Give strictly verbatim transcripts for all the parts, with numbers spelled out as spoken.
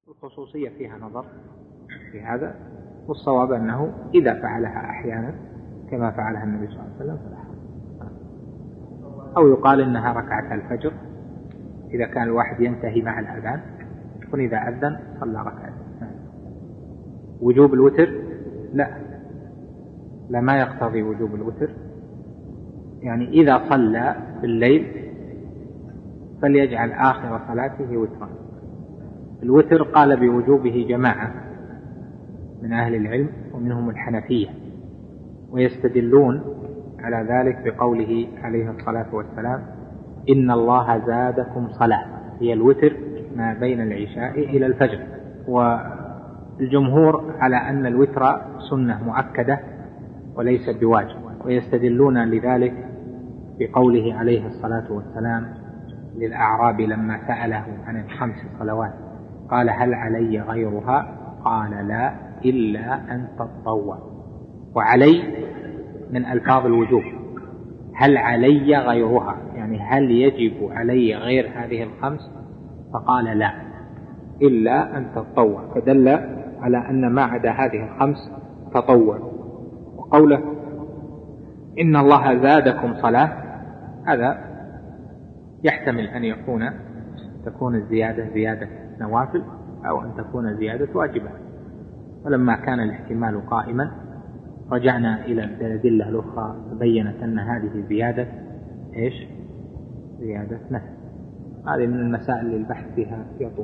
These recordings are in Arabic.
الخصوصية فيها نظر في هذا، والصواب أنه إذا فعلها أحيانا كما فعلها النبي صلى الله عليه وسلم فلا حرج. أو يقال إنها ركعة الفجر إذا كان الواحد ينتهي مع الأذان، يكون إذا أذن صلى ركعة. وجوب الوتر لا لا ما يقتضي وجوب الوتر، يعني إذا صلى بالليل فليجعل آخر صلاته وترا. الوتر قال بوجوبه جماعة من أهل العلم ومنهم الحنفية، ويستدلون على ذلك بقوله عليه الصلاة والسلام: إن الله زادكم صلاة، هي الوتر ما بين العشاء إلى الفجر. والجمهور على أن الوتر سنة مؤكدة وليس بواجب، ويستدلون لذلك بقوله عليه الصلاة والسلام للأعراب لما سأله عن الخمس صلوات قال: هل علي غيرها؟ قال: لا إلا أن تطوع. وعلي من ألفاظ الوجوب، هل علي غيرها، يعني هل يجب علي غير هذه الخمس؟ فقال: لا إلا أن تطوع، فدل على أن ما عدا هذه الخمس تطوع. وقوله إن الله زادكم صلاة، هذا يحتمل أن يكون تكون الزيادة زيادة نوافل أو أن تكون زيادة واجبات. ولما كان الاحتمال قائما رجعنا إلى الأدلة الأخرى فبينت أن هذه زيادة إيش؟ زيادة نفل. هذه من المسائل اللي البحث فيها يطول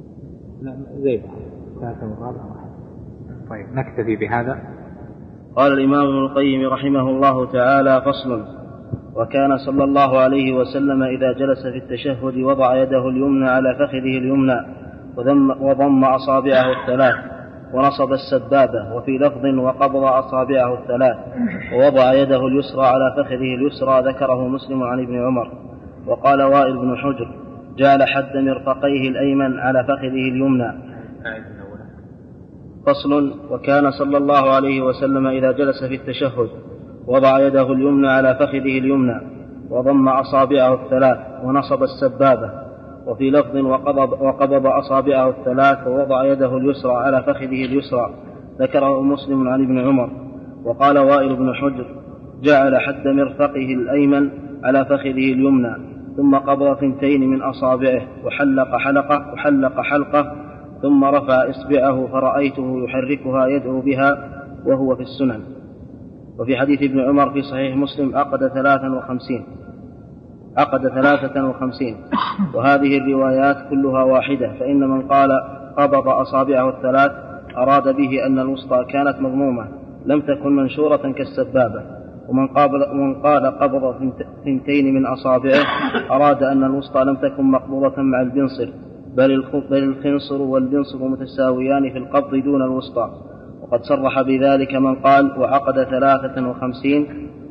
زي بعض ثلاثة والرابعة واحد. طيب نكتفي بهذا. قال الإمام ابن القيم رحمه الله تعالى: فصل. وكان صلى الله عليه وسلم إذا جلس في التشهد وضع يده اليمنى على فخذه اليمنى وضم أصابعه الثلاث ونصب السبابة، وفي لفظ وقبض أصابعه الثلاث ووضع يده اليسرى على فخذه اليسرى، ذكره مسلم عن ابن عمر. وقال وائل بن حجر: جعل حد مرفقيه الأيمن على فخذه اليمنى. فصل. وكان صلى الله عليه وسلم إذا جلس في التشهد وضع يده اليمنى على فخذه اليمنى وضم أصابعه الثلاث ونصب السبابة، وفي لفظ وقبض, وقبض أصابعه الثلاث ووضع يده اليسرى على فخذه اليسرى، ذكره مسلم عن ابن عمر. وقال وائل بن حجر: جعل حد مرفقه الأيمن على فخذه اليمنى ثم قبض ثنتين من أصابعه وحلق حلقة وحلق حلقة ثم رفع إصبعه فرأيته يحركها يدعو بها وهو في السنن. وفي حديث ابن عمر في صحيح مسلم: عقد ثلاثا وخمسين عقد ثلاثة وخمسين. وهذه الروايات كلها واحدة، فإن من قال قبض أصابعه الثلاث أراد به أن الوسطى كانت مضمومة لم تكن منشورة كالسبابة، ومن قال قبض ثنتين من أصابعه أراد أن الوسطى لم تكن مقبوضة مع البنصر، بل الخنصر والبنصر متساويان في القبض دون الوسطى. وقد صرح بذلك من قال وعقد ثلاثة وخمسين،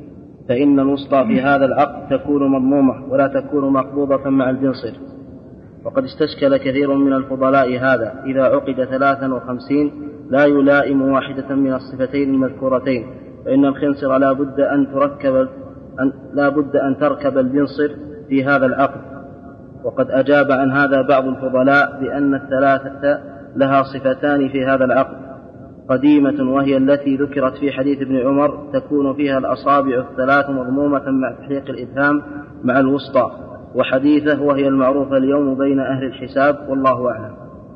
فإن الوسطى في هذا العقد تكون مضمومة ولا تكون مقبوضة مع البنصر. وقد استشكل كثير من الفضلاء هذا إذا عقد ثلاثا وخمسين لا يلائم واحدة من الصفتين المذكورتين، فإن الخنصر لا بد أن تركب أن لا بد أن تركب البنصر في هذا العقد. وقد أجاب عن هذا بعض الفضلاء بأن الثلاثة لها صفتان في هذا العقد قديمة، وهي التي ذكرت في حديث ابن عمر تكون فيها الأصابع الثلاث مضمومة مع تحقيق الإبهام مع الوسطى، وحديثه وهي المعروفة اليوم بين أهل الحساب والله أعلم.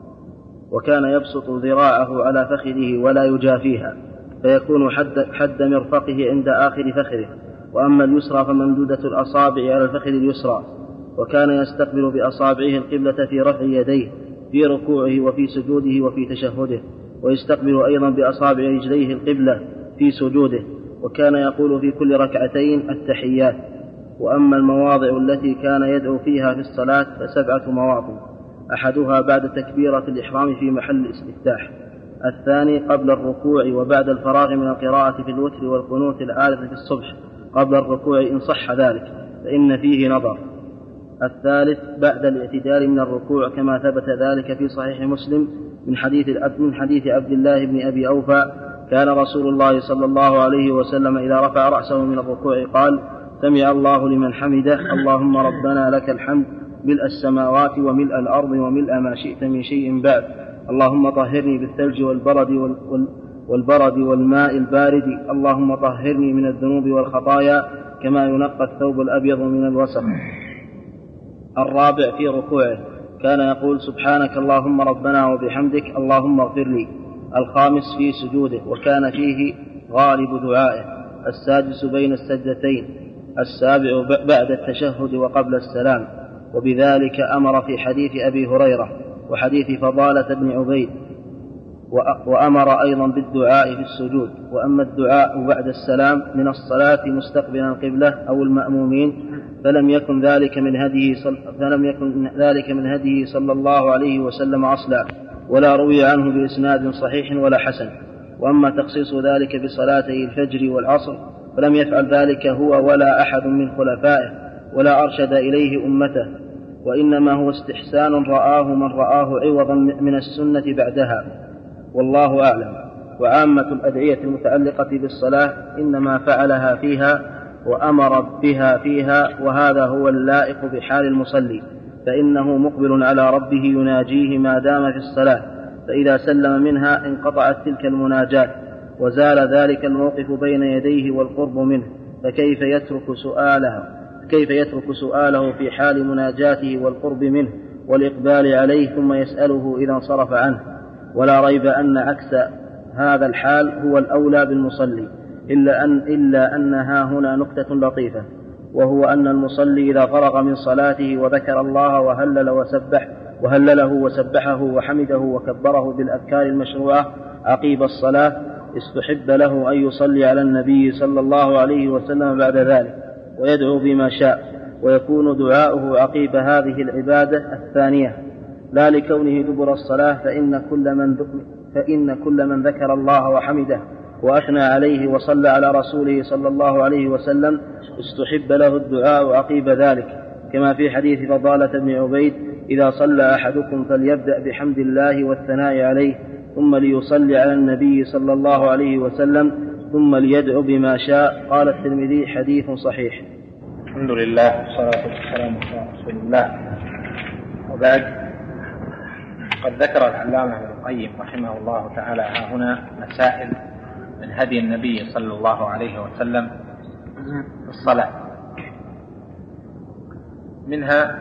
وكان يبسط ذراعه على فخذه ولا يجافيها، فيكون حد, حد مرفقه عند آخر فخذه، وأما اليسرى فممدودة الأصابع على الفخذ اليسرى. وكان يستقبل بأصابعه القبلة في رفع يديه في ركوعه وفي سجوده وفي تشهده، ويستقبل أيضا بأصابع رجليه القبلة في سجوده. وكان يقول في كل ركعتين التحيات. وأما المواضع التي كان يدعو فيها في الصلاة فسبعة مواضع: أحدها بعد تكبيرة الإحرام في محل الاستفتاح، الثاني قبل الركوع وبعد الفراغ من القراءة في الوتر والقنوت العادة في الصبح قبل الركوع إن صح ذلك فإن فيه نظر، الثالث بعد الاعتدال من الركوع كما ثبت ذلك في صحيح مسلم من حديث من حديث عبد الله بن أبي أوفى: كان رسول الله صلى الله عليه وسلم إذا رفع رأسه من الركوع قال: سمع الله لمن حمده، اللهم ربنا لك الحمد ملء السماوات وملء الأرض وملء ما شئت من شيء بعد، اللهم طهرني بالثلج والبرد وال والبرد والماء البارد اللهم طهرني من الذنوب والخطايا كما ينقى الثوب الأبيض من الوسخ. الرابع في ركوعه كان يقول سبحانك اللهم ربنا وبحمدك اللهم اغفر لي. الخامس في سجوده وكان فيه غالب دعائه. السادس بين السجدتين. السابع بعد التشهد وقبل السلام، وبذلك أمر في حديث أبي هريرة وحديث فضالة بن عبيد، وأمر أيضا بالدعاء في السجود. وأما الدعاء بعد السلام من الصلاة مستقبلا القبلة أو المأمومين فلم يكن ذلك من هديه صل... فلم يكن ذلك من هديه صلى الله عليه وسلم أصلا، ولا روي عنه بإسناد صحيح ولا حسن. وأما تخصيص ذلك بصلاتي الفجر والعصر فلم يفعل ذلك هو ولا أحد من خلفائه، ولا أرشد إليه أمته، وإنما هو استحسان رآه من رآه عوضا من السنة بعدها، والله أعلم. وعامة الأدعية المتعلقة بالصلاة إنما فعلها فيها وأمر بها فيها، وهذا هو اللائق بحال المصلي، فإنه مقبل على ربه يناجيه ما دام في الصلاة، فإذا سلم منها انقطعت تلك المناجاة وزال ذلك الموقف بين يديه والقرب منه، فكيف يترك سؤاله كيف يترك سؤاله في حال مناجاته والقرب منه والإقبال عليه ثم يسأله إذا انصرف عنه؟ ولا ريب أن عكس هذا الحال هو الأولى بالمصلي، إلا أن إلا أنها هنا نكتة لطيفة، وهو أن المصلي إذا فرغ من صلاته وذكر الله وهلل وسبح وهلله وسبحه وحمده وكبره بالأذكار المشروعة عقيب الصلاة استحب له أن يصلي على النبي صلى الله عليه وسلم بعد ذلك ويدعو بما شاء، ويكون دعاؤه عقيب هذه العبادة الثانية لا لكونه دبر الصلاة، فإن كل من فإن كل من ذكر الله وحمده وأثنى عليه وصلى على رسوله صلى الله عليه وسلم استحب له الدعاء عقيب ذلك، كما في حديث فضالة بن عبيد إذا صلى أحدكم فليبدأ بحمد الله والثناء عليه ثم ليصلي على النبي صلى الله عليه وسلم ثم ليدعو بما شاء. قال الترمذي حديث صحيح. الحمد لله والصلاة والسلام على رسول الله، وبعد، قد ذكر العلامة ابن القيم رحمه الله تعالى ها هنا مسائل من هدي النبي صلى الله عليه وسلم في الصلاة، منها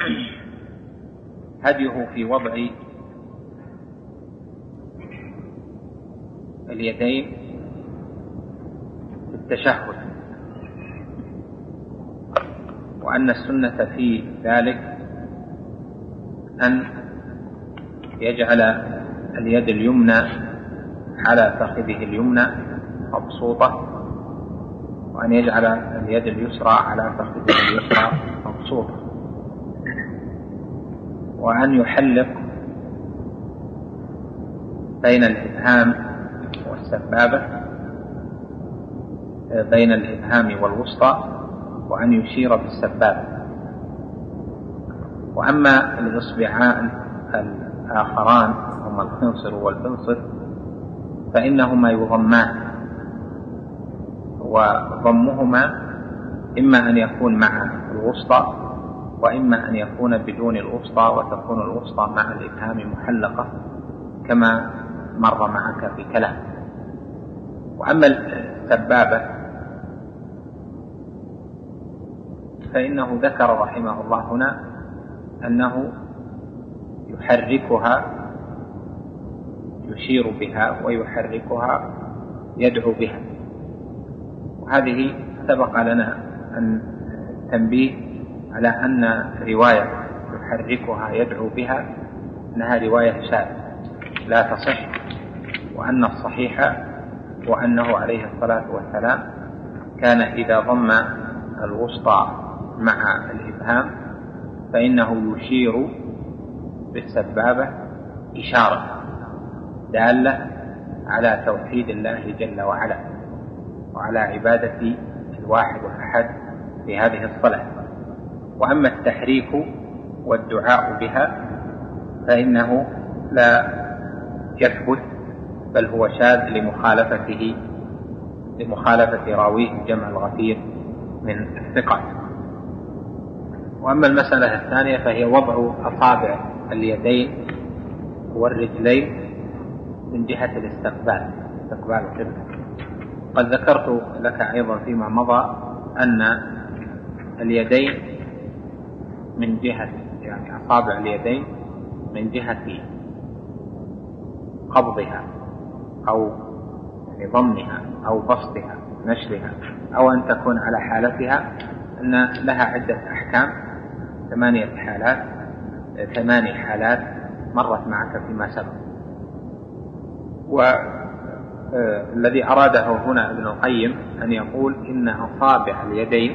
هديه في وضع اليدين في التشهد، وأن السنة في ذلك أن يجعل اليد اليمنى على فخذه اليمنى مبسوطة، وأن يجعل اليد اليسرى على فخذه اليسرى مبسوطة، وأن يحلق بين الإبهام والسبابة بين الإبهام والوسطى، وأن يشير بالسبابة. وأما الإصبعان الآخران هما الخنصر والبنصر فإنهما يضمان، وضمهما إما أن يكون مع الوسطى وإما أن يكون بدون الوسطى، وتكون الوسطى مع الإبهام محلقة كما مر معك في كلام. وأما السبابة فإنه ذكر رحمه الله هنا أنه يحركها، يشير بها ويحركها، يدعو بها. وهذه سبق لنا أن التنبيه على أن رواية يحركها يدعو بها أنها رواية شاذة لا تصح، وأن الصحيح وأنه عليه الصلاة والسلام كان إذا ضم الوسطى مع الإبهام فإنه يشير بالسبابة إشارة دالة على توحيد الله جل وعلا وعلى عبادة الواحد الأحد في هذه الصلاة. وأما التحريك والدعاء بها فإنه لا يثبت، بل هو شاذ لمخالفته لمخالفة راويه جمع الغفير من الثقات. وأما المسألة الثانية فهي وضع أصابع اليدين والرجلين من جهة الاستقبال استقبال القبلة. قد ذكرت لك أيضا فيما مضى أن اليدين من جهة يعني أصابع اليدين من جهة قبضها أو يعني ضمها أو بسطها نشرها أو أن تكون على حالتها أن لها عدة أحكام، ثمانية حالات ثماني حالات مرت معك فيما سبق. والذي أراده هنا ابن القيم أن يقول إن أصابع اليدين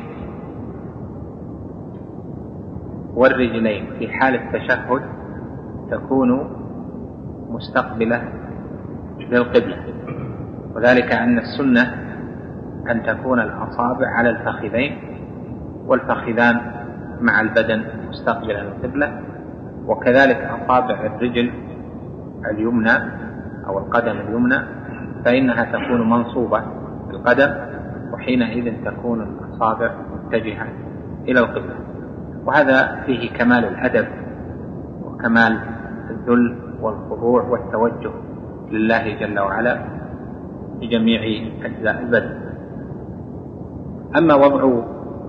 والرجلين في حال التشهد تكون مستقبلة للقبلة، وذلك أن السنة أن تكون الأصابع على الفخذين والفخذان مع البدن مستقبلا للقبلة، وكذلك أصابع الرجل اليمنى أو القدم اليمنى فإنها تكون منصوبة بالقدم، وحينئذ تكون الأصابع متجهة إلى القبلة. وهذا فيه كمال الأدب وكمال الذل والخضوع والتوجه لله جل وعلا بجميع أجزاء البدن. أما وضع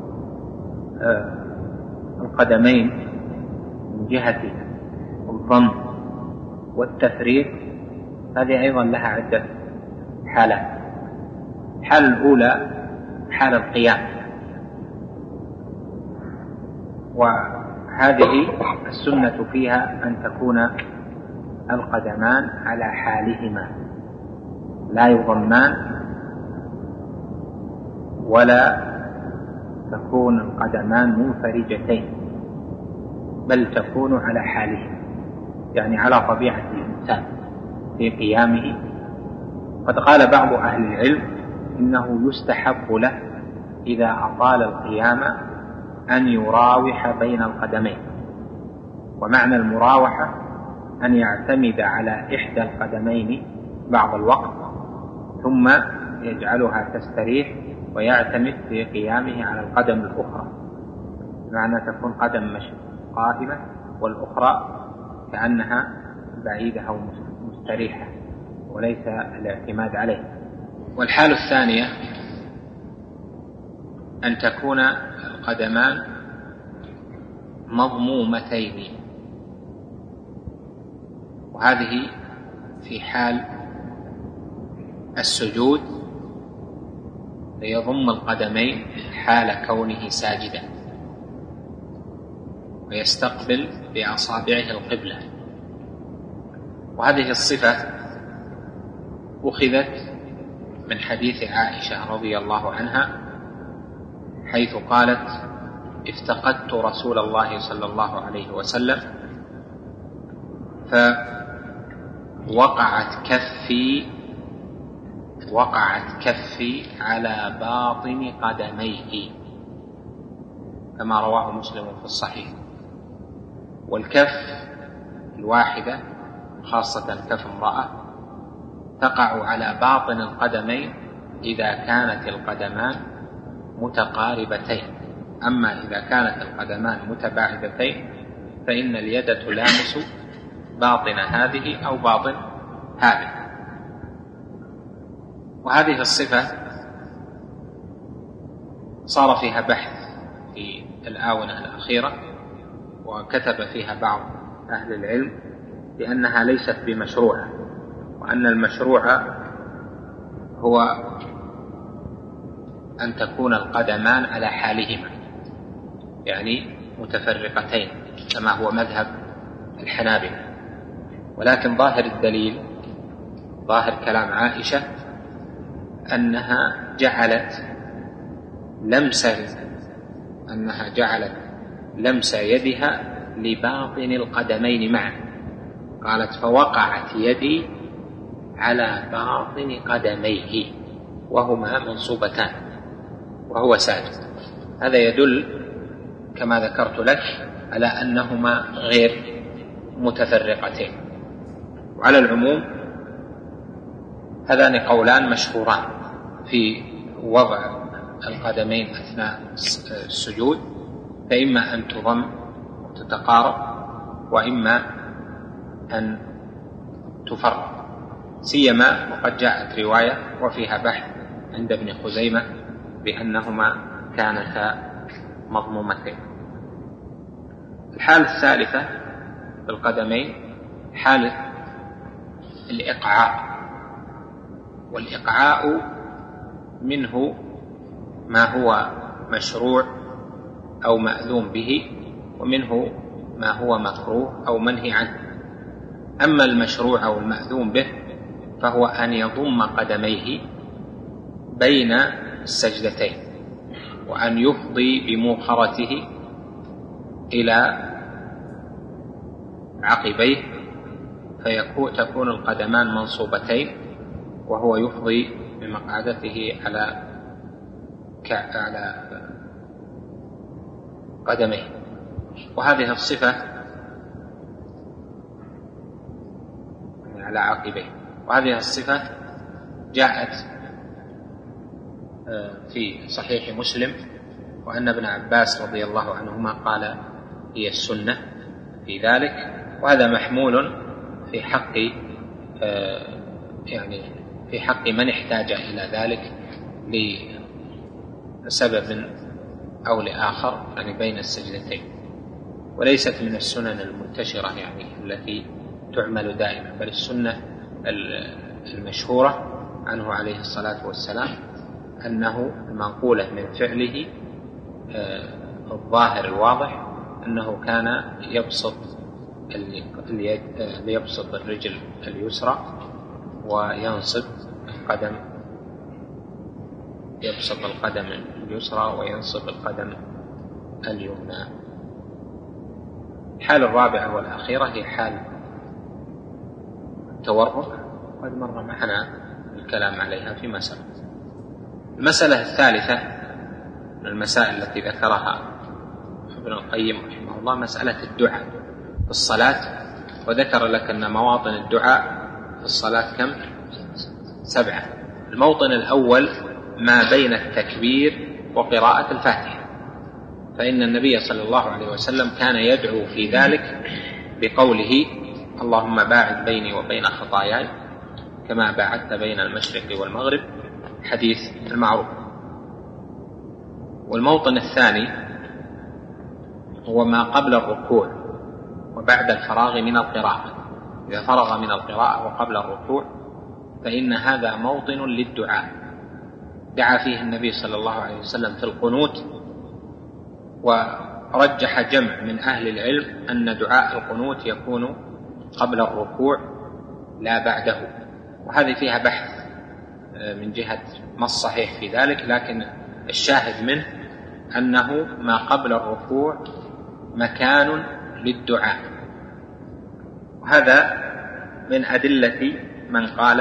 القدمين من جهة الضم والتفريق هذه أيضا لها عدة حالات. الحالة الأولى حال القيام، وهذه السنة فيها أن تكون القدمان على حالهما لا يضمان ولا تكون القدمان منفرجتين، بل تكون على حالهما يعني على طبيعة الإنسان في قيامه. قد قال بعض أهل العلم إنه يستحب له إذا أطال القيام أن يراوح بين القدمين، ومعنى المراوحة أن يعتمد على إحدى القدمين بعض الوقت ثم يجعلها تستريح ويعتمد في قيامه على القدم الأخرى، معنى تكون قدم مشي قائمة والأخرى كأنها بعيدة أو مستريحة وليس الاعتماد عليه. والحالة الثانية أن تكون القدمان مضمومتين، وهذه في حال السجود ليضم القدمين حال كونه ساجدا ويستقبل بأصابعه القبلة. وهذه الصفة أخذت من حديث عائشة رضي الله عنها حيث قالت: افتقدت رسول الله صلى الله عليه وسلم فوقعت كفي وقعت كفي على باطن قدميه كما رواه مسلم في الصحيح. والكف الواحدة خاصة كف امرأة تقع على باطن القدمين إذا كانت القدمان متقاربتين، أما إذا كانت القدمان متباعدتين فإن اليد تلامس باطن هذه أو باطن هذه. وهذه الصفة صار فيها بحث في الآونة الأخيرة، وكتب فيها بعض أهل العلم بأنها ليست بمشروعة، وأن المشروع هو أن تكون القدمان على حالهما يعني متفرقتين كما هو مذهب الحنابلة. ولكن ظاهر الدليل ظاهر كلام عائشة أنها جعلت لمس أنها جعلت لمس يدها لباطن القدمين معا، قالت: فوقعت يدي على باطن قدميه وهما منصوبتان وهو ساجد. هذا يدل كما ذكرت لك على أنهما غير متفرقتين. وعلى العموم هذان قولان مشهوران في وضع القدمين أثناء السجود، فإما أن تضم وتتقارب، وإما أن تفرق، سيما وقد جاءت رواية وفيها بحث عند ابن خزيمة بأنهما كانتا مضمومتين. الحالة الثالثة في القدمين حالة الإقعاء، والإقعاء منه ما هو مشروع أو مأذون به، ومنه ما هو مكروه أو منهي عنه. أما المشروع أو المأذون به فهو أن يضم قدميه بين السجدتين، وأن يفضي بمؤخرته إلى عقبيه فتكون القدمان منصوبتين، وهو يفضي بمقعدته على على قدميه. وهذه الصفة على عقبيه، وهذه الصفة جاءت في صحيح مسلم، وأن ابن عباس رضي الله عنهما قال هي السنة في ذلك. وهذا محمول في حق يعني في حق من احتاج إلى ذلك لسبب أو لآخر، يعني بين السجدتين، وليست من السنن المنتشرة يعني التي تعمل دائما، بل السنة المشهورة عنه عليه الصلاة والسلام أنه منقولة من فعله الظاهر الواضح أنه كان يبسط اليد يبسط الرجل اليسرى وينصب القدم يبسط القدم اليسرى وينصب القدم اليمنى. الحالة الرابعة والأخيرة هي حال التورك، قد مر معنا الكلام عليها في مسألة. المسألة الثالثة من المسائل التي ذكرها ابن القيم رحمه الله مسألة الدعاء في الصلاة، وذكر لك أن مواطن الدعاء في الصلاة كم؟ سبعة. الموطن الأول ما بين التكبير وقراءة الفاتحة، فإن النبي صلى الله عليه وسلم كان يدعو في ذلك بقوله اللهم باعد بيني وبين خطاياي كما باعدت بين المشرق والمغرب، حديث المعروف. والموطن الثاني هو ما قبل الركوع وبعد الفراغ من القراءة، إذا فرغ من القراءة وقبل الركوع فإن هذا موطن للدعاء، دعا فيه النبي صلى الله عليه وسلم في القنوت، ورجح جمع من أهل العلم أن دعاء القنوت يكون قبل الركوع لا بعده، وهذه فيها بحث من جهة ما الصحيح في ذلك، لكن الشاهد منه أنه ما قبل الركوع مكان للدعاء. وهذا من أدلة من قال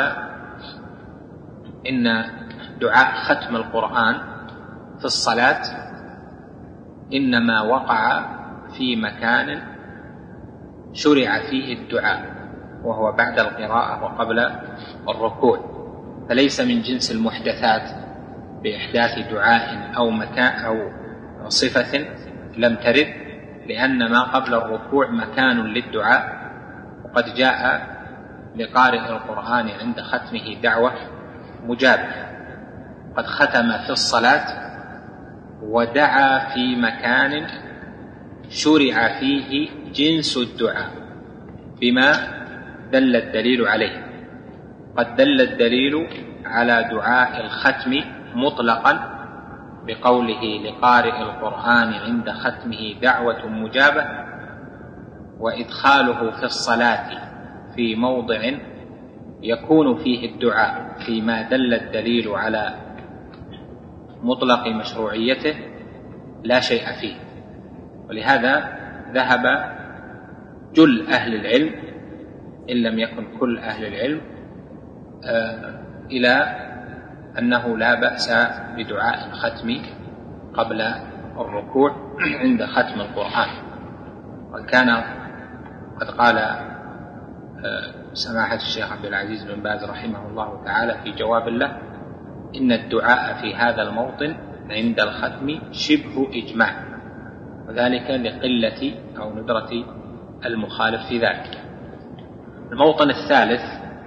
إن دعاء ختم القرآن في الصلاة إنما وقع في مكان شرع فيه الدعاء، وهو بعد القراءة وقبل الركوع، فليس من جنس المحدثات بإحداث دعاء أو مكان أو صفة لم ترد، لأن ما قبل الركوع مكان للدعاء. وقد جاء لقارئ القرآن عند ختمه دعوة مجابة، قد ختم في الصلاة ودعا في مكان شرع فيه جنس الدعاء بما دل الدليل عليه. قد دل الدليل على دعاء الختم مطلقا بقوله لقارئ القرآن عند ختمه دعوة مجابة، وإدخاله في الصلاة في موضع يكون فيه الدعاء فيما دل الدليل على مطلق مشروعيته لا شيء فيه. ولهذا ذهب جل أهل العلم إن لم يكن كل أهل العلم آه إلى أنه لا بأس بدعاء الختم قبل الركوع عند ختم القرآن. وكان قد قال آه سماحة الشيخ عبد العزيز بن باز رحمه الله تعالى في جواب له إن الدعاء في هذا الموطن عند الختم شبه إجماع، وذلك لقلة أو ندرة المخالف في ذلك. الموطن الثالث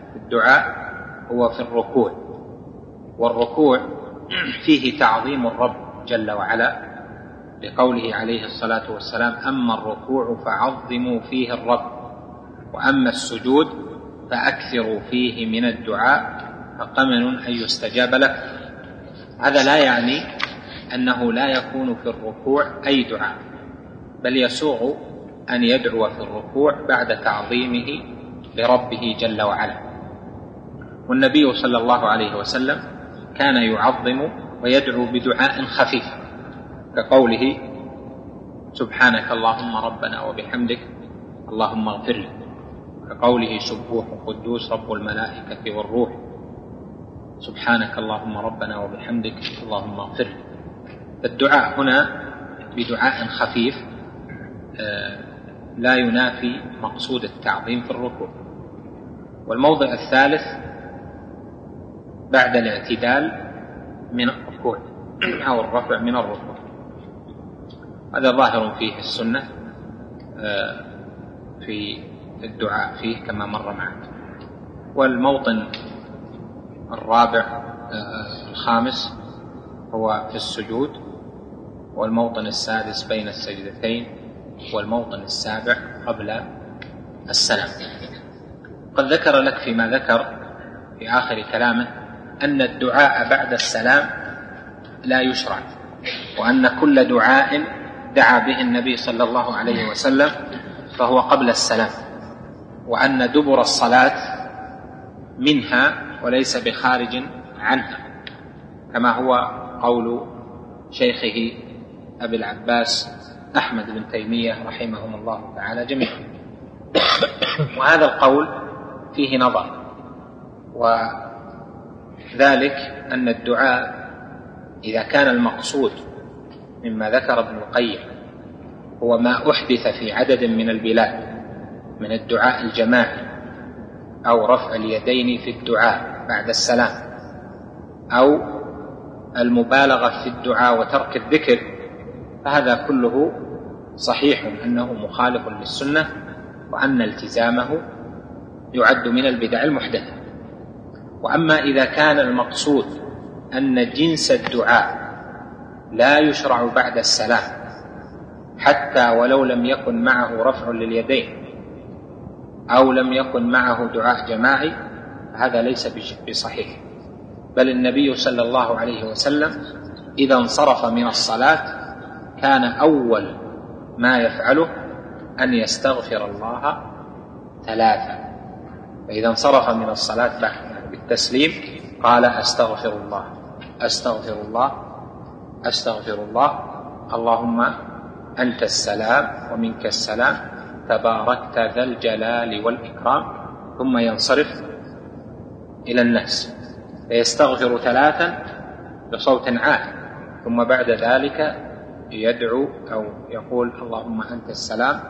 الدعاء هو في الركوع، والركوع فيه تعظيم الرب جل وعلا لقوله عليه الصلاة والسلام: أما الركوع فعظموا فيه الرب، وأما السجود فأكثروا فيه من الدعاء فقمن أن يستجاب لك. هذا لا يعني أنه لا يكون في الركوع أي دعاء، بل يسوغ أن يدعو في الركوع بعد تعظيمه لربه جل وعلا. والنبي صلى الله عليه وسلم كان يعظم ويدعو بدعاء خفيف كقوله: سبحانك اللهم ربنا وبحمدك اللهم اغفر لي، كقوله: سبوح قدوس رب الملائكة والروح، سبحانك اللهم ربنا وبحمدك اللهم اغفر لي. الدعاء هنا بدعاء خفيف لا ينافي مقصود التعظيم في الركوع. والموضع الثالث بعد الاعتدال من الركوع أو الرفع من الركوع، هذا ظاهر فيه السنة في الدعاء فيه كما مر معنا. والموطن الرابع الخامس هو في السجود، والموطن السادس بين السجدتين، والموطن السابع قبل السلام. قد ذكر لك فيما ذكر في آخر كلامه أن الدعاء بعد السلام لا يشرع، وأن كل دعاء دعا به النبي صلى الله عليه وسلم فهو قبل السلام، وأن دبر الصلاة منها وليس بخارج عنها، كما هو قول شيخه أبي العباس أحمد بن تيمية رحمهم الله تعالى جميعا. وهذا القول فيه نظر، وذلك أن الدعاء إذا كان المقصود مما ذكر ابن القيم هو ما أحدث في عدد من البلاد من الدعاء الجماعي أو رفع اليدين في الدعاء بعد السلام أو المبالغة في الدعاء وترك الذكر، فهذا كله صحيح أنه مخالف للسنة، وأن التزامه يعد من البدع المحدثة. وأما إذا كان المقصود أن جنس الدعاء لا يشرع بعد السلام حتى ولو لم يكن معه رفع لليدين أو لم يكن معه دعاء جماعي، هذا ليس بصحيح. بل النبي صلى الله عليه وسلم إذا انصرف من الصلاة كان أول ما يفعله أن يستغفر الله ثلاثا، فإذا انصرف من الصلاة بعد بالتسليم قال: أستغفر الله أستغفر الله أستغفر الله اللهم أنت السلام ومنك السلام تباركت ذا الجلال والإكرام، ثم ينصرف إلى الناس فيستغفر ثلاثا بصوت عال، ثم بعد ذلك يدعو أو يقول: اللهم أنت السلام،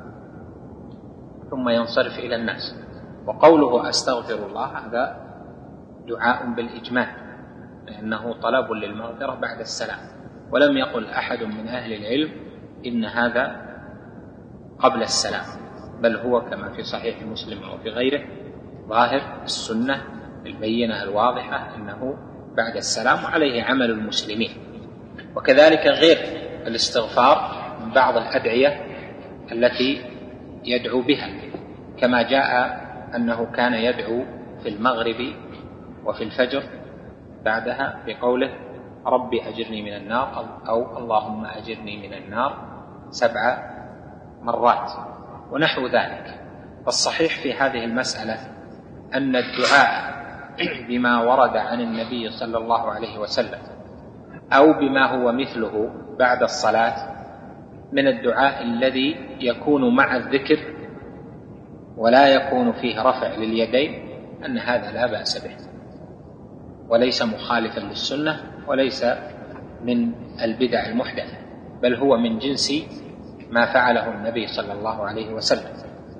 ثم ينصرف إلى الناس. وقوله أستغفر الله هذا دعاء بالإجماع، لأنه طلب للمغفرة بعد السلام، ولم يقل أحد من أهل العلم إن هذا قبل السلام، بل هو كما في صحيح مسلم أو في غيره ظاهر السنة البينة الواضحة أنه بعد السلام، وعليه عمل المسلمين. وكذلك غير الاستغفار من بعض الأدعية التي يدعو بها، كما جاء أنه كان يدعو في المغرب وفي الفجر بعدها بقوله: ربي أجرني من النار، أو اللهم أجرني من النار سبع مرات ونحو ذلك. فالصحيح في هذه المسألة أن الدعاء بما ورد عن النبي صلى الله عليه وسلم أو بما هو مثله بعد الصلاة من الدعاء الذي يكون مع الذكر ولا يكون فيه رفع لليدين، أن هذا لا بأس به وليس مخالفا للسنة وليس من البدع المحدثة، بل هو من جنس ما فعله النبي صلى الله عليه وسلم.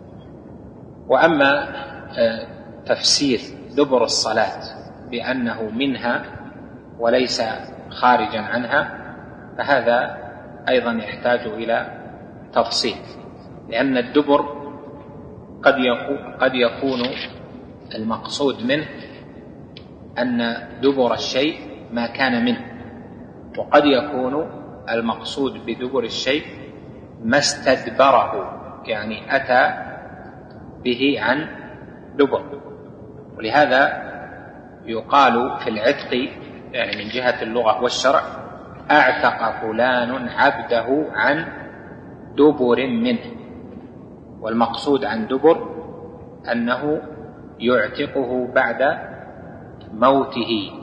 وأما تفسير دبر الصلاة بأنه منها وليس خارجا عنها فهذا أيضا يحتاج إلى تفصيل، لأن الدبر قد يكون, قد يكون المقصود منه أن دبر الشيء ما كان منه، وقد يكون المقصود بدبر الشيء ما استدبره، يعني أتى به عن دبر. ولهذا يقال في العتق يعني من جهة اللغة والشرع أعتق فلان عبده عن دبر منه، والمقصود عن دبر أنه يعتقه بعد موته،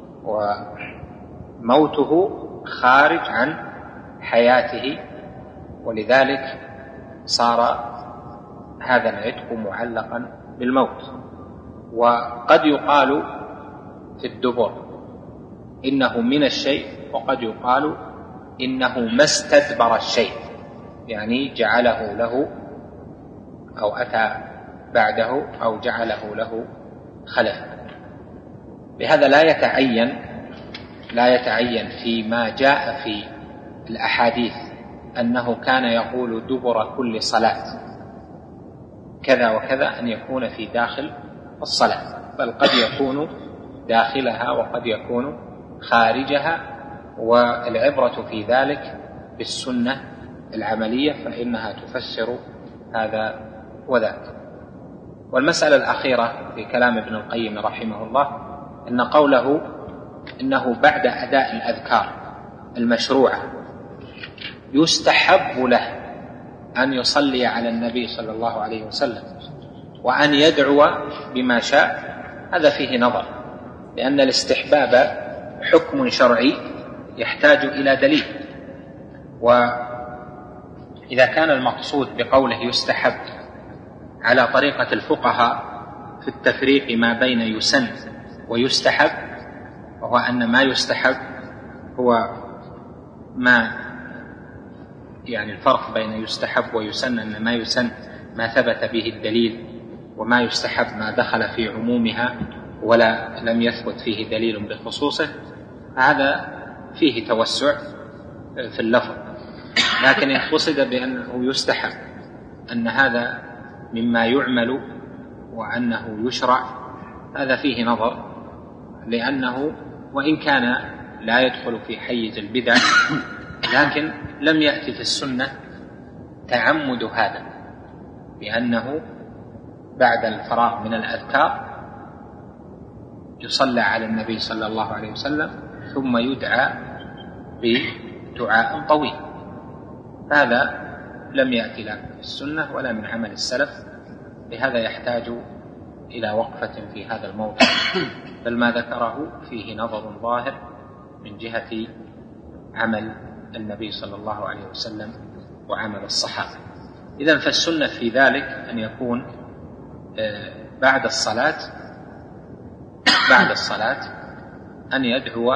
وموته خارج عن حياته، ولذلك صار هذا العتق معلقا بالموت. وقد يقال في الدبر إنه من الشيء، وقد يقال إنه ما استدبر الشيء، يعني جعله له أو أتى بعده أو جعله له خلفا. بهذا لا يتعين لا يتعين فيما جاء في الأحاديث أنه كان يقول دبر كل صلاة كذا وكذا أن يكون في داخل الصلاة، بل قد يكون داخلها وقد يكون خارجها، والعبرة في ذلك بالسنة العملية فإنها تفسر هذا وذاك. والمسألة الأخيرة في كلام ابن القيم رحمه الله أن قوله إنه بعد أداء الأذكار المشروعة يستحب له أن يصلي على النبي صلى الله عليه وسلم وأن يدعو بما شاء، هذا فيه نظر، لأن الاستحباب حكم شرعي يحتاج إلى دليل. وإذا كان المقصود بقوله يستحب على طريقة الفقهاء في التفريق ما بين يسن ويستحب، وهو أن ما يستحب هو ما يعني الفرق بين يستحب ويسن أن ما يسن ما ثبت به الدليل، وما يستحب ما دخل في عمومها ولا لم يثبت فيه دليل بخصوصه، هذا فيه توسع في اللفظ. لكن إن قصد بأنه يستحب أن هذا مما يعمل وأنه يشرع، هذا فيه نظر، لأنه وإن كان لا يدخل في حيز البدع لكن لم يأتي في السنة تعمد هذا، بأنه بعد الفراغ من الأذكار يصلى على النبي صلى الله عليه وسلم ثم يدعى بدعاء طويل. هذا لم يأتي لا في السنة ولا من عمل السلف، لهذا يحتاج إلى وقفة في هذا الموضوع، بل ما ذكره فيه نظر ظاهر من جهة عمل النبي صلى الله عليه وسلم وعمل الصحابة. إذن فالسنة في ذلك أن يكون بعد الصلاة بعد الصلاة أن يدعو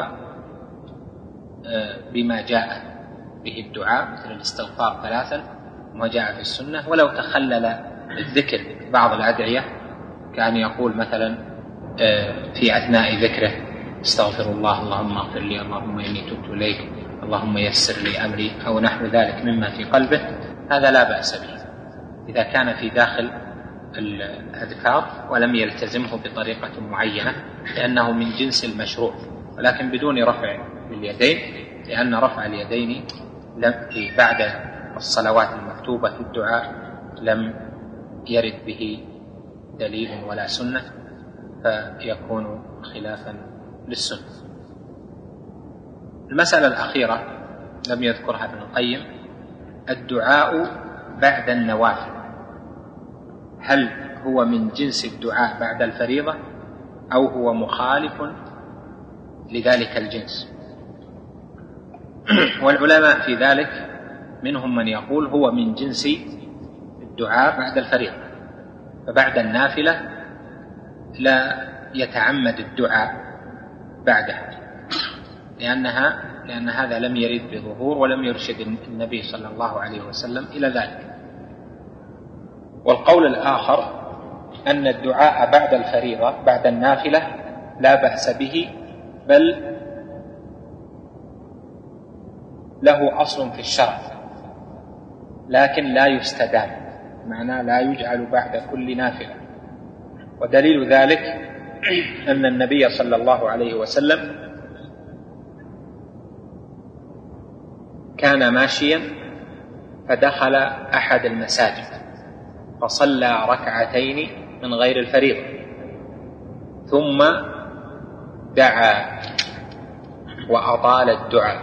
بما جاء به الدعاء مثل الاستغفار ثلاثا وما جاء في السنة، ولو تخلل الذكر بعض الأدعية كأن يقول مثلا في أثناء ذكره استغفر الله اللهم اغفر لي اللهم إني تبت إليك اللهم يسر لي أمري أو نحو ذلك مما في قلبه، هذا لا بأس به إذا كان في داخل الأذكار ولم يلتزمه بطريقة معينة، لأنه من جنس المشروع، ولكن بدون رفع اليدين، لأن رفع اليدين بعد الصلوات المكتوبة في الدعاء لم يرد به دليل ولا سنة، فيكون خلافا للسنة. المسألة الأخيرة لم يذكرها ابن القيم، الدعاء بعد النوافل، هل هو من جنس الدعاء بعد الفريضة أو هو مخالف لذلك الجنس؟ والعلماء في ذلك منهم من يقول هو من جنس الدعاء بعد الفريضة، فبعد النافلة لا يتعمد الدعاء بعدها، لأنها لأن هذا لم يرد بظهور ولم يرشد النبي صلى الله عليه وسلم إلى ذلك. والقول الآخر أن الدعاء بعد الفريضة بعد النافلة لا بأس به، بل له أصل في الشرع لكن لا يستدام، معناه لا يجعل بعد كل نافلة، ودليل ذلك أن النبي صلى الله عليه وسلم كان ماشيا فدخل أحد المساجد فصلى ركعتين من غير الفريضة ثم دعا وأطال الدعاء،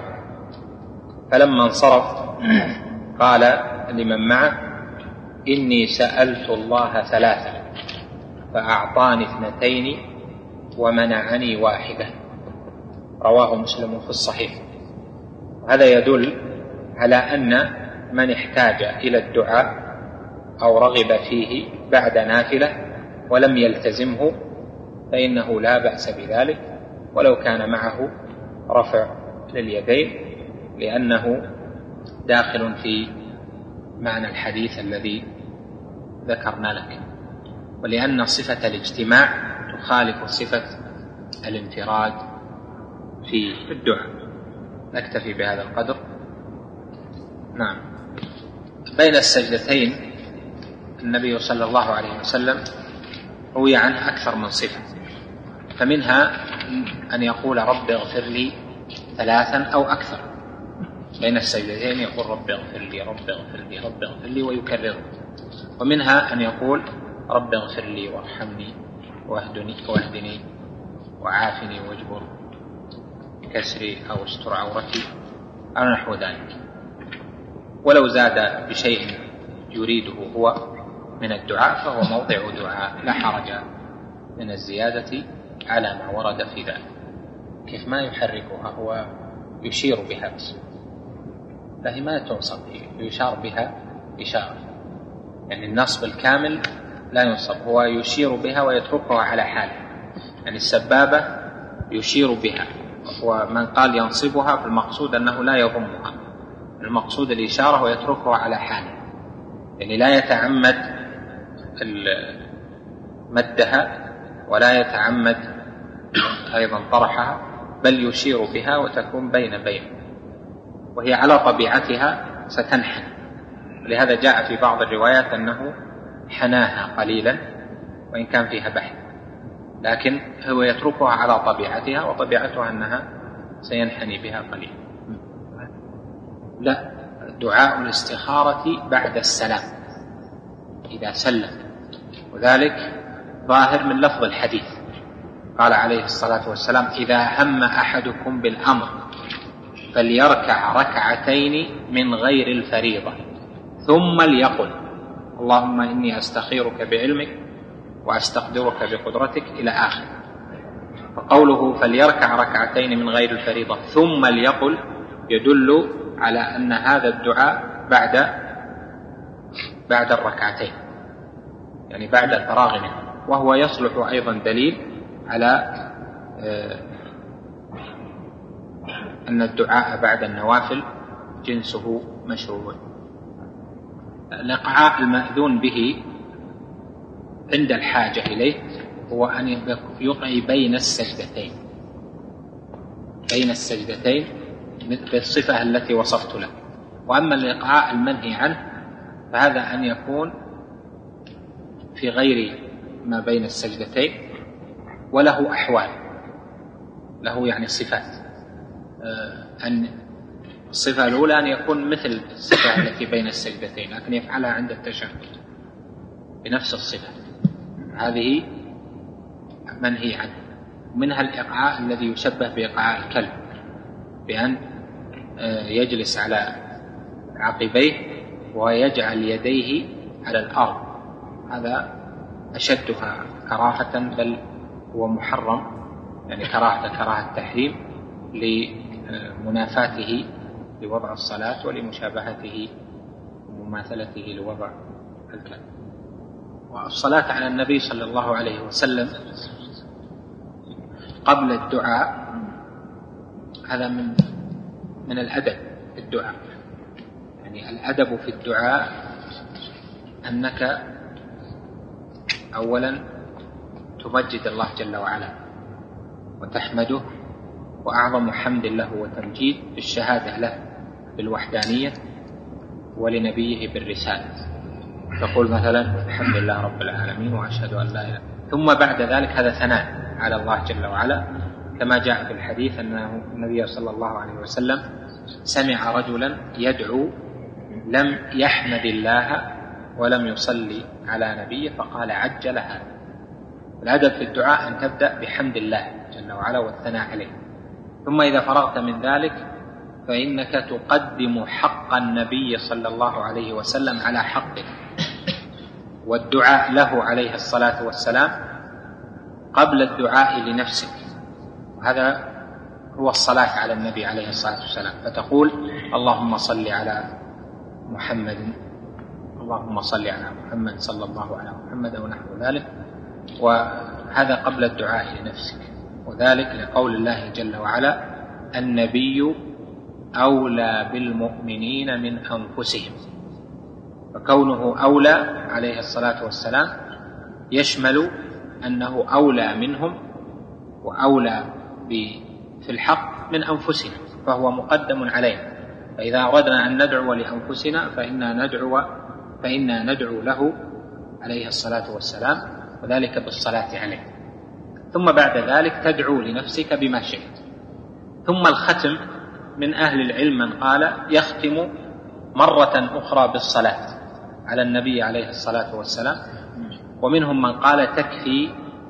فلما انصرف قال لمن معه: إني سألت الله ثلاثة فأعطاني اثنتين ومنعني واحدة. رواه مسلم في الصحيح. هذا يدل على أن من احتاج إلى الدعاء أو رغب فيه بعد نافلة ولم يلتزمه فإنه لا بأس بذلك ولو كان معه رفع لليدين، لأنه داخل في معنى الحديث الذي ذكرنا لك، ولأن صفة الاجتماع تخالف صفة الانفراد في الدعاء. نكتفي بهذا القدر. نعم. بين السجدتين النبي صلى الله عليه وسلم روي عنه أكثر من صفة، فمنها أن يقول: رب اغفر لي ثلاثا أو أكثر بين السجدتين، يقول: رب اغفر لي رب اغفر لي رب اغفر لي ويكرره. ومنها أن يقول: رب اغفر لي وارحمني واهدني واهدني وعافني واجبر كسري أو استر عورتي أو نحو ذلك. ولو زاد بشيء يريده هو من الدعاء فهو موضع دعاء، لا حرج من الزيادة على ما ورد في ذلك. كيف ما يحركها، هو يشير بها بس، فهي ما تنصب، يشار بها إشارة، يعني النصب الكامل لا ينصب، هو يشير بها ويتركها على حاله. يعني السبابة يشير بها، ومن قال ينصبها فالمقصود أنه لا يضمها، المقصود الإشارة ويتركها على حاله، يعني لا يتعمد مدها ولا يتعمد أيضا طرحها، بل يشير بها وتكون بين بين، وهي على طبيعتها ستنحن. لهذا جاء في بعض الروايات أنه حناها قليلا وإن كان فيها بحث، لكن هو يتركها على طبيعتها، وطبيعتها أنها سينحني بها قليلا. لا، دعاء الاستخارة بعد السلام إذا سلم، وذلك ظاهر من لفظ الحديث. قال عليه الصلاة والسلام: إذا هم أحدكم بالأمر فليركع ركعتين من غير الفريضة ثم ليقل: اللهم إني أستخيرك بعلمك وأستقدرك بقدرتك إلى آخر. فقوله فليركع ركعتين من غير الفريضة ثم ليقل يدل على أن هذا الدعاء بعد بعد الركعتين، يعني بعد الفراغ منه، وهو يصلح أيضا دليل على أن الدعاء بعد النوافل جنسه مشروع. الإقعاء المأذون به عند الحاجة إليه هو أن يقعي بين السجدتين بين السجدتين بالصفة التي وصفت له. وأما الإقعاء المنهي عنه فهذا أن يكون في غير ما بين السجدتين، وله أحوال، له يعني صفات. أن الصفة الأولى أن يكون مثل الصفة التي بين السجدتين لكن يفعلها عند التشهد بنفس الصفة، هذه منهي عنه. منها الإقعاء الذي يشبه بإقعاء الكلب، بأن يجلس على عقبيه ويجعل يديه على الأرض، هذا أشدها كراهة، بل هو محرم، يعني كراهة كراهة التحريم لمنافاته لوضع الصلاة ولمشابهته ومماثلته لوضع الكلب. والصلاة على النبي صلى الله عليه وسلم قبل الدعاء هذا من من الأدب في الدعاء. يعني الأدب في الدعاء أنك أولا تمجد الله جل وعلا وتحمده، وأعظم حمد له وتمجيد بالشهادة له بالوحدانية ولنبيه بالرسالة. تقول مثلا الحمد لله رب العالمين وأشهد أن لا ثم بعد ذلك هذا ثناء على الله جل وعلا، كما جاء في الحديث أنه النبي صلى الله عليه وسلم سمع رجلا يدعو لم يحمد الله ولم يصلي على نبيه فقال عجل هذا. الأدب في الدعاء أن تبدأ بحمد الله جل وعلا والثناء عليه، ثم إذا فرغت من ذلك فإنك تقدم حق النبي صلى الله عليه وسلم على حقك، والدعاء له عليه الصلاة والسلام قبل الدعاء لنفسك، وهذا هو الصلاة على النبي عليه الصلاة والسلام. فتقول اللهم صل على محمد، اللهم صل على محمد صلى الله على محمد أو نحو ذلك، وهذا قبل الدعاء لنفسك، وذلك لقول الله جل وعلا النبي أولى بالمؤمنين من أنفسهم. فكونه أولى عليه الصلاة والسلام يشمل أنه أولى منهم وأولى في الحق من أنفسنا، فهو مقدم علينا. فإذا أردنا أن ندعو لأنفسنا فإنا ندعو فإنا ندعو له عليه الصلاة والسلام، وذلك بالصلاة عليه. ثم بعد ذلك تدعو لنفسك بما شئت. ثم الختم من أهل العلم من قال يختم مرة أخرى بالصلاة على النبي عليه الصلاة والسلام، ومنهم من قال تكفي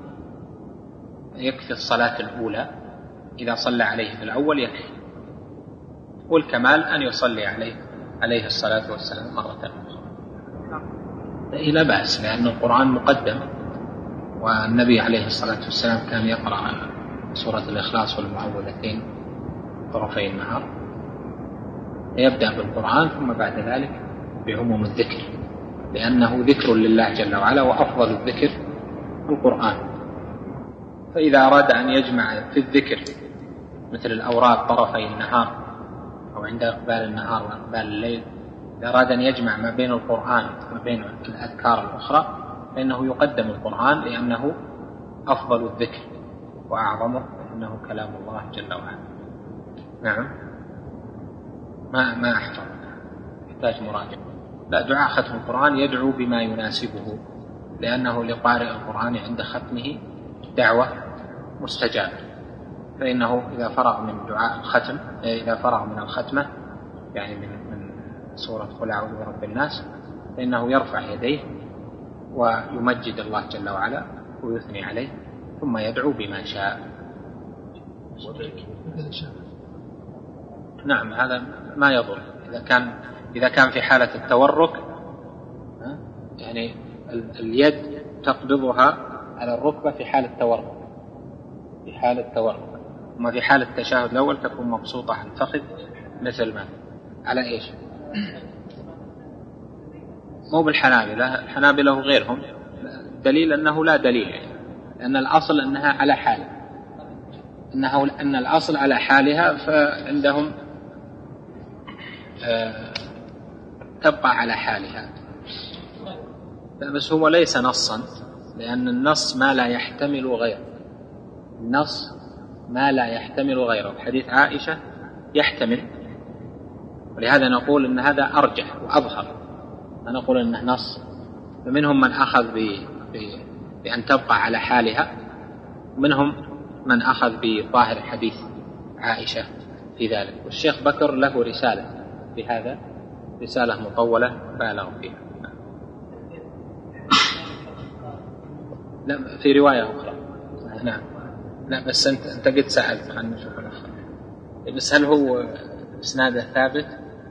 يكفي الصلاة الأولى، إذا صلى عليه في الأول يكفي، والكمال أن يصلي عليه عليه الصلاة والسلام مرة أخرى. لا بأس، لأن القرآن مقدم، والنبي عليه الصلاة والسلام كان يقرأ سورة الإخلاص والمعوذتين طرفي النهار، يبدأ بالقرآن ثم بعد ذلك بعموم الذكر، لأنه ذكر لله جل وعلا، وأفضل الذكر القرآن. فإذا أراد أن يجمع في الذكر مثل الأوراد طرفي النهار أو عند إقبال النهار وإقبال الليل، إذا أراد أن يجمع ما بين القرآن وما بين الأذكار الأخرى فإنه يقدم القرآن، لأنه أفضل الذكر وأعظمه، إنه كلام الله جل وعلا. نعم، ما ما أحفظ، يحتاج مراجعة. لا، دعاء ختم القرآن يدعو بما يناسبه، لأنه لقارئ القرآن عند ختمه دعوة مستجابة، فإنه إذا فرغ من دعاء الختم، إذا فرغ من الختمة يعني من من سورة قل أعوذ برب الناس، فإنه يرفع يديه ويمجد الله جل وعلا ويثني عليه، ثم يدعو بما شاء. نعم، هذا ما يضر إذا كان إذا كان في حالة التورك، يعني اليد تقبضها على الركبة في حالة التورك، في حالة التورك، وما في حالة التشهد الأول تكون مبسوطة على الفخذ مثل ما على إيش؟ مو بالحنابلة، الحنابلة وغيرهم دليل أنه لا دليل، يعني لأن الأصل أنها على حالة، أنه أن الأصل على حالها، فعندهم آه تبقى على حالها. بس هو ليس نصا، لأن النص ما لا يحتمل غيره، النص ما لا يحتمل غيره. حديث عائشة يحتمل، ولهذا نقول أن هذا أرجح وأظهر، نقول أنه نص. فمنهم من أخذ ب... ب... بأن تبقى على حالها، ومنهم من أخذ بظاهر حديث عائشة في ذلك. والشيخ بكر له رسالة في هذا، رسالة مطولة بالغ فيها. لا، في رواية أخرى. نعم، لا بس أنت أنت قد سألت عن نشوف الأخرى، بس هل هو إسناده ثابت؟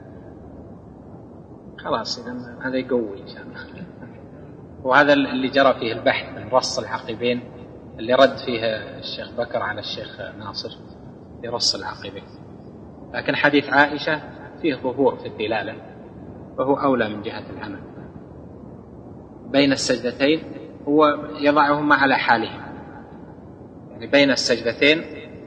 خلاص، إذا هذا يقوي إن شاء الله. وهذا اللي جرى فيه البحث من رص العقبين، اللي رد فيه الشيخ بكر على الشيخ ناصر لرص العقبين. لكن حديث عائشة فيه ظهور في الدلالة، وهو أولى من جهة العمل. بين السجدتين هو يضعهما على حالهم، يعني بين السجدتين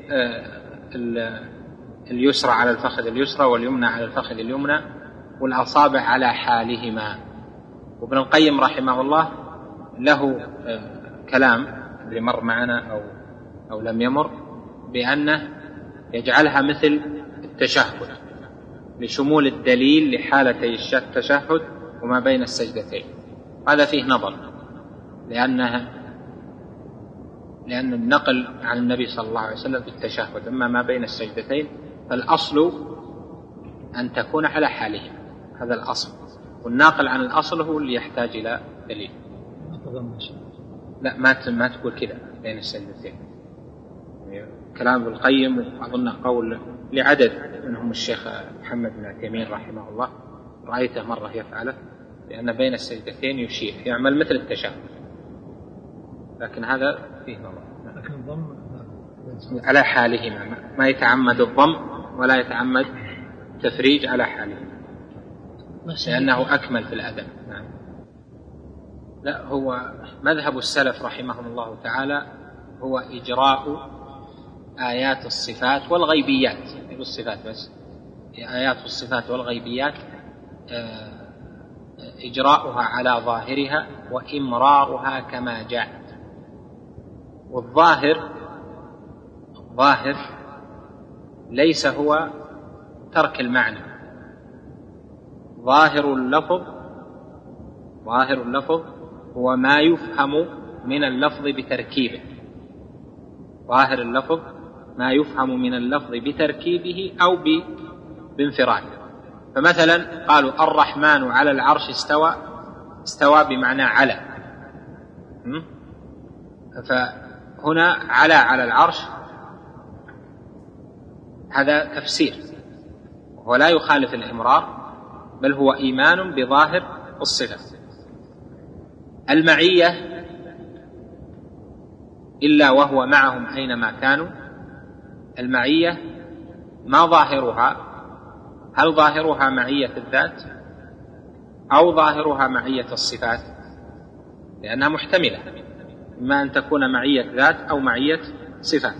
اليسرى على الفخذ اليسرى واليمنى على الفخذ اليمنى، والأصابع على حالهما. وابن القيم رحمه الله له كلام اللي مر معنا أو, أو لم يمر، بأنه يجعلها مثل التشهد لشمول الدليل لحالتي التشهد وما بين السجدتين. هذا فيه نظر، لأنها لأن النقل عن النبي صلى الله عليه وسلم في التشهد أما ما بين السجدتين فالأصل أن تكون على حاله، هذا الأصل، والناقل عن الأصل هو اللي يحتاج إلى دليل. لا ما ما تقول كذا بين السجدتين، كلام ابن القيم أظن قول لعدد منهم الشيخ محمد بن عثيمين رحمه الله رأيته مرة يفعله، لأن بين السجدتين يشير يعمل مثل التشهد، لكن هذا فيه نظر على حالهما، ما يتعمد الضم ولا يتعمد تفريج على حالهما لأنه أكمل في الأدب. نعم. لا هو مذهب السلف رحمهم الله تعالى هو إجراء آيات الصفات والغيبيات، الصفات بس آيات الصفات والغيبيات إجراؤها على ظاهرها وإمرارها كما جاءت. والظاهر ظاهر ليس هو ترك المعنى، ظاهر اللفظ ظاهر اللفظ هو ما يفهم من اللفظ بتركيبه، ظاهر اللفظ ما يفهم من اللفظ بتركيبه أو بانفراده. فمثلا قالوا الرحمن على العرش استوى، استوى بمعنى على، فهنا على على العرش هذا تفسير وهو لا يخالف الإمرار بل هو إيمان بظاهر الصفة. المعية إلا وهو معهم أينما كانوا، المعية ما ظاهرها؟ هل ظاهرها معية الذات أو ظاهرها معية الصفات؟ لأنها محتملة، إما أن تكون معية ذات أو معية صفات.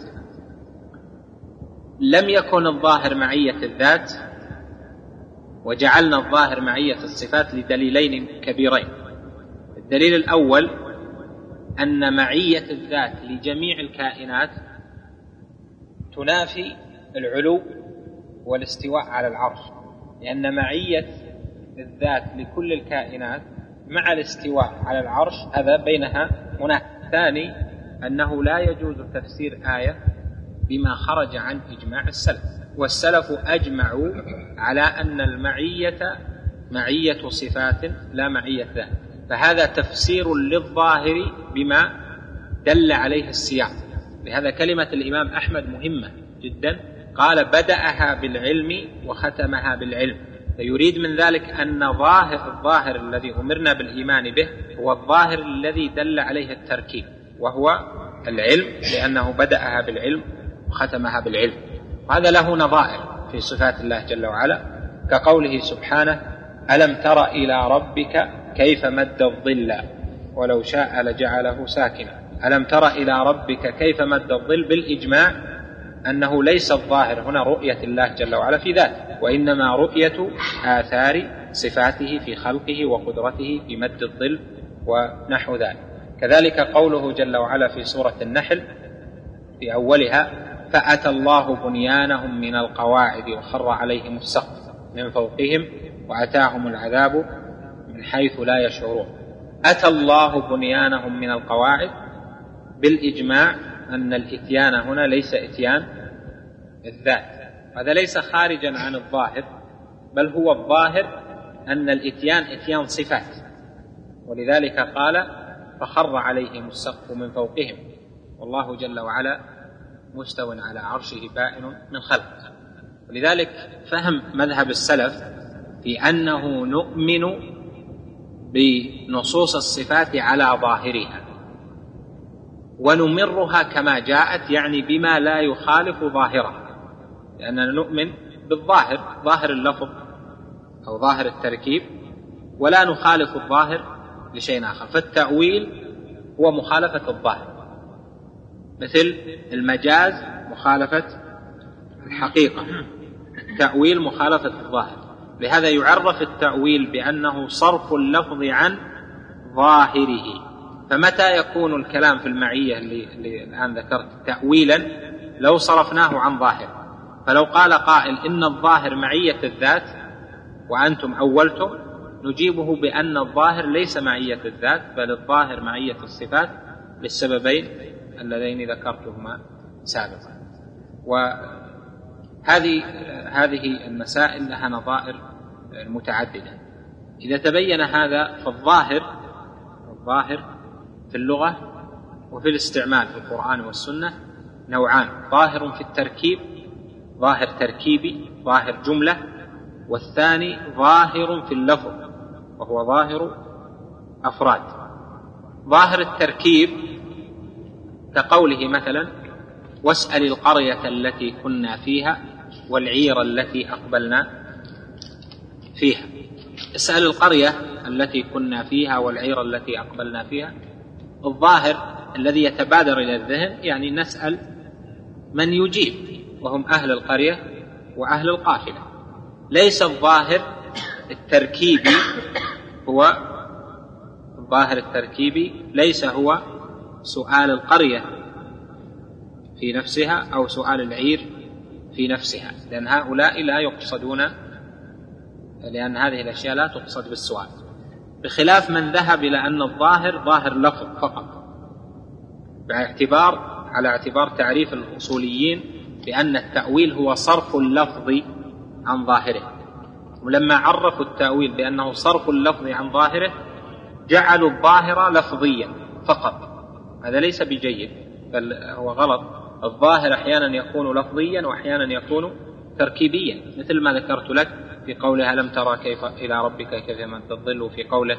لم يكن الظاهر معية الذات وجعلنا الظاهر معية الصفات لدليلين كبيرين. الدليل الأول أن معية الذات لجميع الكائنات تنافي العلو والاستواء على العرش، لأن معية الذات لكل الكائنات مع الاستواء على العرش هذا بينها منافي. ثاني أنه لا يجوز تفسير آية بما خرج عن إجماع السلف، والسلف أجمعوا على أن المعية معية صفات لا معية ذات، فهذا تفسير للظاهر بما دل عليه السياق. لهذا كلمة الإمام أحمد مهمة جدا، قال بدأها بالعلم وختمها بالعلم، فيريد من ذلك أن ظاهر الظاهر الذي أمرنا بالإيمان به هو الظاهر الذي دل عليه التركيب وهو العلم، لأنه بدأها بالعلم وختمها بالعلم. وهذا له نظائر في صفات الله جل وعلا، كقوله سبحانه ألم تر إلى ربك كيف مد الظل ولو شاء لجعله ساكنا. ألم تر إلى ربك كيف مد الظل بالإجماع أنه ليس الظاهر هنا رؤية الله جل وعلا في ذاته، وإنما رؤية آثار صفاته في خلقه وقدرته في مد الظل ونحو ذلك. كذلك قوله جل وعلا في سورة النحل في أولها فأتى الله بنيانهم من القواعد وخر عليهم السقف من فوقهم وأتاهم العذاب من حيث لا يشعرون. أتى الله بنيانهم من القواعد بالإجماع أن الإتيان هنا ليس إتيان الذات، هذا ليس خارجا عن الظاهر بل هو الظاهر أن الإتيان إتيان صفات، ولذلك قال فخر عليهم السقف من فوقهم والله جل وعلا مستو على عرشه بائن من خلقه. ولذلك فهم مذهب السلف في أنه نؤمن بنصوص الصفات على ظاهرها ونمرها كما جاءت، يعني بما لا يخالف ظاهرها، لأننا نؤمن بالظاهر ظاهر اللفظ أو ظاهر التركيب ولا نخالف الظاهر لشيء آخر. فالتأويل هو مخالفة الظاهر، مثل المجاز مخالفة الحقيقة، التأويل مخالفة الظاهر. لهذا يعرف التأويل بأنه صرف اللفظ عن ظاهره. فمتى يكون الكلام في المعية اللي, اللي الآن ذكرت تأويلا؟ لو صرفناه عن ظاهر. فلو قال قائل إن الظاهر معية الذات وأنتم أولتم، نجيبه بأن الظاهر ليس معية الذات بل الظاهر معية الصفات للسببين اللذين ذكرتهما سابقا. وهذه هذه المسائل لها نظائر متعددة. إذا تبين هذا فالظاهر الظاهر في اللغة وفي الاستعمال في القرآن والسنة نوعان: ظاهر في التركيب، ظاهر تركيبي ظاهر جملة، والثاني ظاهر في اللفظ وهو ظاهر أفراد. ظاهر التركيب كقوله مثلا: واسأل القرية التي كنا فيها والعير التي أقبلنا فيها. اسأل القرية التي كنا فيها والعير التي أقبلنا فيها، الظاهر الذي يتبادر إلى الذهن يعني نسأل من يجيب وهم أهل القرية وأهل القافلة. ليس الظاهر التركيبي هو الظاهر التركيبي ليس هو سؤال القرية في نفسها أو سؤال العير في نفسها، لأن هؤلاء لا يقصدون، لأن هذه الأشياء لا تقصد بالسؤال، بخلاف من ذهب إلى أن الظاهر ظاهر لفظ فقط، باعتبار على اعتبار تعريف الأصوليين بأن التأويل هو صرف اللفظ عن ظاهره. ولما عرفوا التأويل بأنه صرف اللفظ عن ظاهره جعلوا الظاهر لفظيا فقط. هذا ليس بجيد، بل هو غلط. الظاهر أحيانا يكون لفظيا وأحيانا يكون تركيبيا، مثل ما ذكرت لك في قوله: ألم ترى كيف إلى ربك كيف مد الظل، وفي قوله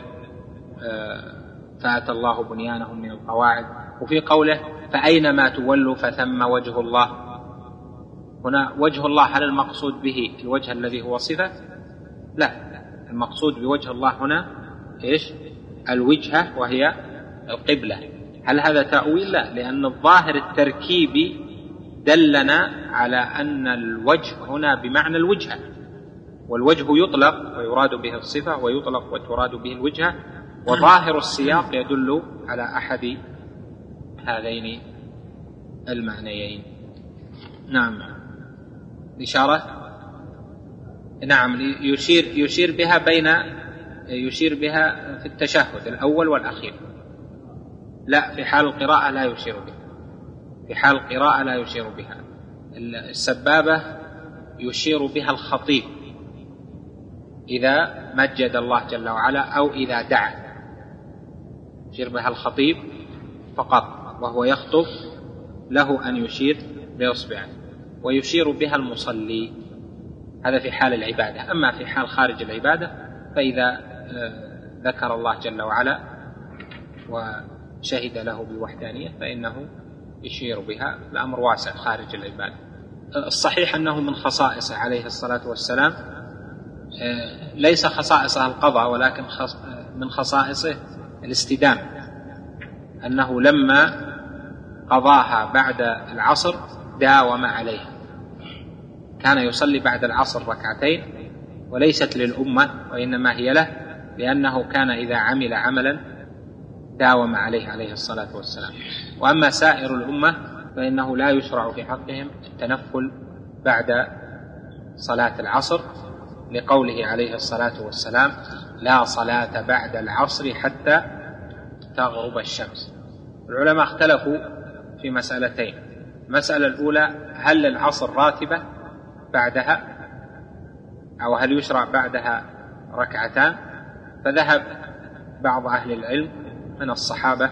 فأتى الله بنيانهم من القواعد، وفي قوله فأينما تولوا فثم وجه الله. هنا وجه الله هل المقصود به الوجه الذي هو صفة؟ لا، المقصود بوجه الله هنا إيش؟ الوجهة وهي القبلة. هل هذا تأويل؟ لا، لأن الظاهر التركيبي دلنا على أن الوجه هنا بمعنى الوجهة، والوجه يطلق ويراد به الصفة ويطلق وتراد به الوجهة، وظاهر السياق يدل على أحد هذين المعنيين. نعم، الإشارة نعم يشير يشير بها بين يشير بها في التشهد الأول والأخير. لا، في حال القراءة لا يشير بها، في حال القراءة لا يشير بها. السبابة يشير بها الخطيب إذا مجد الله جل وعلا أو إذا دعا، يشير بها الخطيب فقط وهو يخطب، له أن يشير بإصبعه. ويشير بها المصلي، هذا في حال العبادة. أما في حال خارج العبادة فإذا ذكر الله جل وعلا وشهد له بالوحدانية فإنه يشير بها. الأمر واسع خارج العبادة. الصحيح أنه من خصائصه عليه الصلاة والسلام، ليس خصائصه القضاء ولكن من خصائصه الاستدامة، أنه لما قضاها بعد العصر داوم عليها، كان يصلي بعد العصر ركعتين، وليست للأمة وإنما هي له، لأنه كان إذا عمل عملا داوم عليه عليه الصلاة والسلام. وأما سائر الأمة فإنه لا يشرع في حقهم التنفل بعد صلاة العصر، لقوله عليه الصلاة والسلام: لا صلاة بعد العصر حتى تغرب الشمس. العلماء اختلفوا في مسألتين. المسألة الأولى: هل العصر راتبة بعدها أو هل يشرع بعدها ركعتان؟ فذهب بعض أهل العلم من الصحابة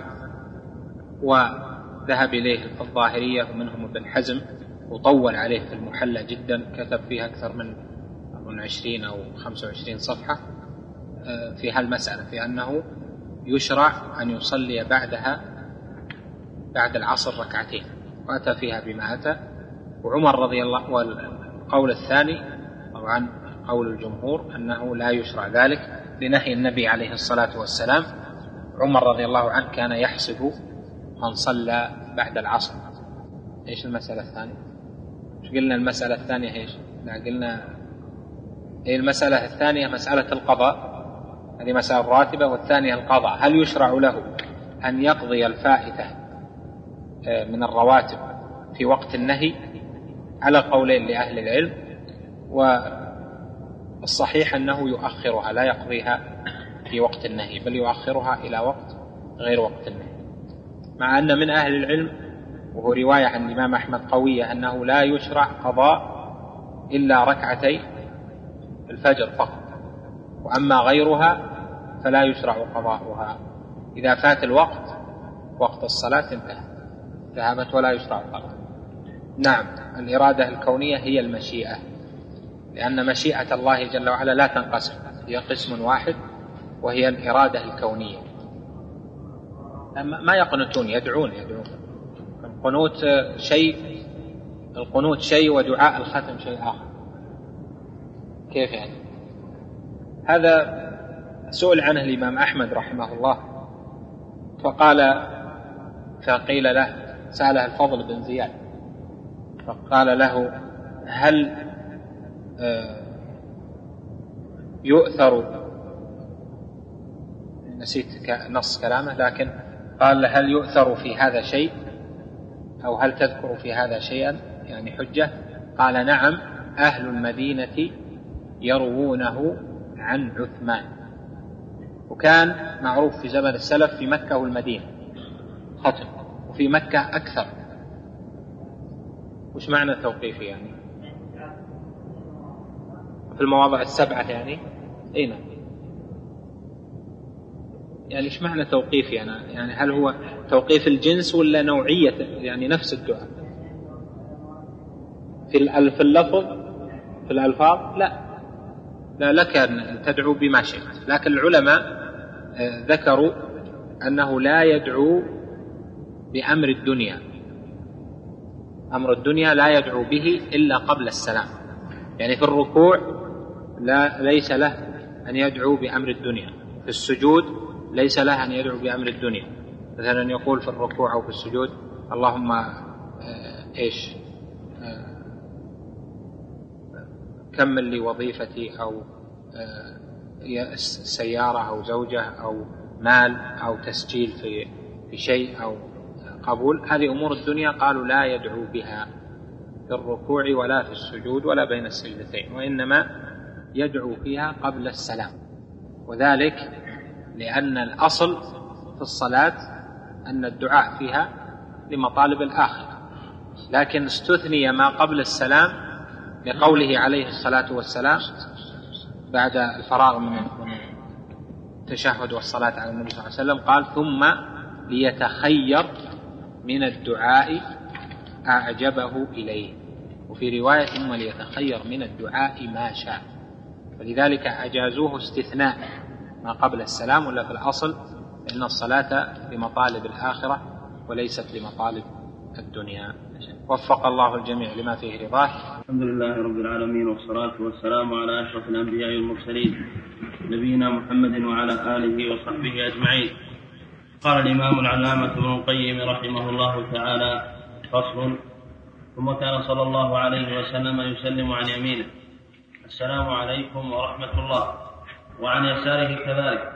وذهب إليه الظاهرية ومنهم ابن حزم، وطول عليه في المحلى جدا، كتب فيها أكثر من من عشرين أو خمسة وعشرين صفحة في هالمسألة، في أنه يشرع أن يصلي بعدها بعد العصر ركعتين، وأتى فيها بما أتى. وعمر رضي الله، والقول الثاني طبعا قول الجمهور أنه لا يشرع ذلك لنهي النبي عليه الصلاة والسلام. عمر رضي الله عنه كان يحسب من صلى بعد العصر. إيش المسألة الثانية؟ إيش قلنا المسألة الثانية إيش؟ لا قلنا إيه المسألة الثانية مسألة القضاء، هذه مسألة راتبة، والثانية القضاء. هل يشرع له أن يقضي الفائتة من الرواتب في وقت النهي؟ على قولين لأهل العلم، والصحيح أنه يؤخرها، لا يقضيها في وقت النهي، بل يؤخرها إلى وقت غير وقت النهي. مع أن من أهل العلم وهو رواية عن الإمام أحمد قوية أنه لا يشرع قضاء إلا ركعتي الفجر فقط، وأما غيرها فلا يشرع قضاؤها. إذا فات الوقت وقت الصلاة انتهى ذهبت ولا يشرع قضاء. نعم، الإرادة الكونية هي المشيئة، لأن مشيئة الله جل وعلا لا تنقسم، هي قسم واحد وهي الإرادة الكونية. ما يقنتون، يدعون يدعون القنوت شيء، القنوت شيء ودعاء الختم شيء آخر. كيف يعني؟ هذا سئل عنه الإمام أحمد رحمه الله فقال فقيل له، سأله الفضل بن زياد فقال له: هل يؤثر، نسيت نص كلامه، لكن قال: هل يؤثر في هذا شيء أو هل تذكر في هذا شيئا يعني حجة؟ قال: نعم، أهل المدينة يروونه عن عثمان. وكان معروف في زمن السلف في مكة والمدينة ختم، وفي مكة أكثر. وش معنى توقيفي يعني؟ في المواضع السبعة يعني؟ أين يعني إيش معنى توقيفي أنا يعني؟ هل هو توقيف الجنس ولا نوعية يعني نفس الدعاء في في اللفظ في الألفاظ؟ لا لا، لك أن تدعو بما شئت، لكن العلماء ذكروا أنه لا يدعو بأمر الدنيا، أمر الدنيا لا يدعو به إلا قبل السلام. يعني في الركوع لا ليس له أن يدعو بأمر الدنيا، في السجود ليس له أن يدعو بأمر الدنيا، مثلا يقول في الركوع أو في السجود: اللهم إيش كمل لي وظيفتي، أو سيارة أو زوجة أو مال أو تسجيل في في شيء أو قبول. هذه أمور الدنيا قالوا لا يدعو بها في الركوع ولا في السجود ولا بين السجدتين، وإنما يدعو فيها قبل السلام. وذلك لأن الأصل في الصلاة أن الدعاء فيها لمطالب الآخرة، لكن استثني ما قبل السلام لقوله عليه الصلاة والسلام بعد الفراغ من التشهد والصلاة على النبي صلى الله عليه وسلم قال: ثم ليتخير من الدعاء أعجبه إليه. وفي رواية: ثم ليتخير من الدعاء ما شاء. فلذلك أجازوه استثناء ما قبل السلام، ولا في الأصل إن الصلاة لمطالب الآخرة وليست لمطالب الدنيا. وفق الله الجميع لما فيه رضاه. الحمد لله رب العالمين، والصلاة والسلام على أشرف الأنبياء والمرسلين نبينا محمد وعلى آله وصحبه أجمعين. قال الإمام العلامة ابن القيم رحمه الله تعالى: فصل. ثم كان صلى الله عليه وسلم يسلم عن يمينه: السلام عليكم ورحمة الله، وعن يساره كذلك.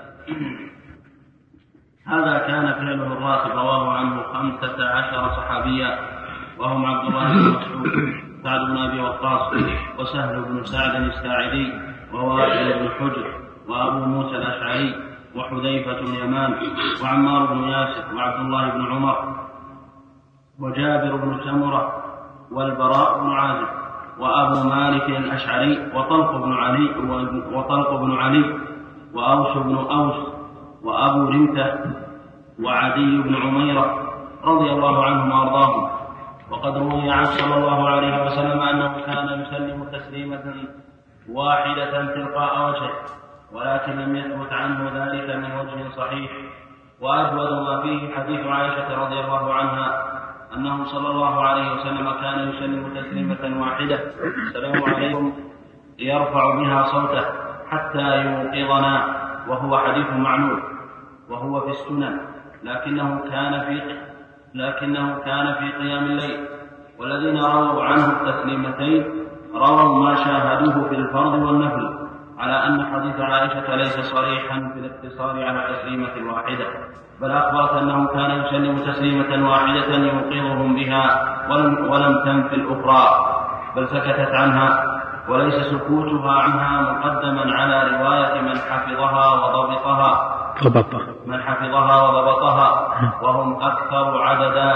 هذا كان فعله الراتب، رواه عنه خمسة عشر صحابيا، وهم عبد الله بن مسعود، سعد بن أبي وقاص، وسهل بن سعد الساعدي، ووائل بن حجر، وأبو موسى الأشعري، وحذيفة بن يمان، وعمار بن ياسر، وعبد الله بن عمر، وجابر بن سمرة، والبراء بن عازب، وأبو مالك الأشعري، وطلق بن علي وطلق بن علي وأوس بن أوس، وأبو رمتة، وعدي بن عميرة رضي الله عنهم وأرضاهم. وقد روي عنه صلى الله عليه وسلم أنه كان يسلم تسليمة واحدة تلقاء وجهه، ولكن لم يثبت عنه ذلك من وجه صحيح. وأجود ما فيه حديث عائشة رضي الله عنها أنه صلى الله عليه وسلم كان يسلم تسليمة واحدة: السلام عليكم، يرفع بها صوته حتى يوقظنا، وهو حديث معلول وهو في السنن، لكنه كان في لكنه كان في قيام الليل. والذين رووا عنه التسليمتين رووا ما شاهدوه في الفرض والنفل، على أن حديث عائشة ليس صريحا في الاقتصار على التسليمة الواحدة، بل أخبرت أنه كان يسلم تسليمة واحدة يوقظهم بها ولم, ولم تنفي الأخرى، بل سكتت عنها. وليس سكوتها عنها مقدما على رواية من حفظها وضبطها من حفظها وضبطها وهم أكثر عددا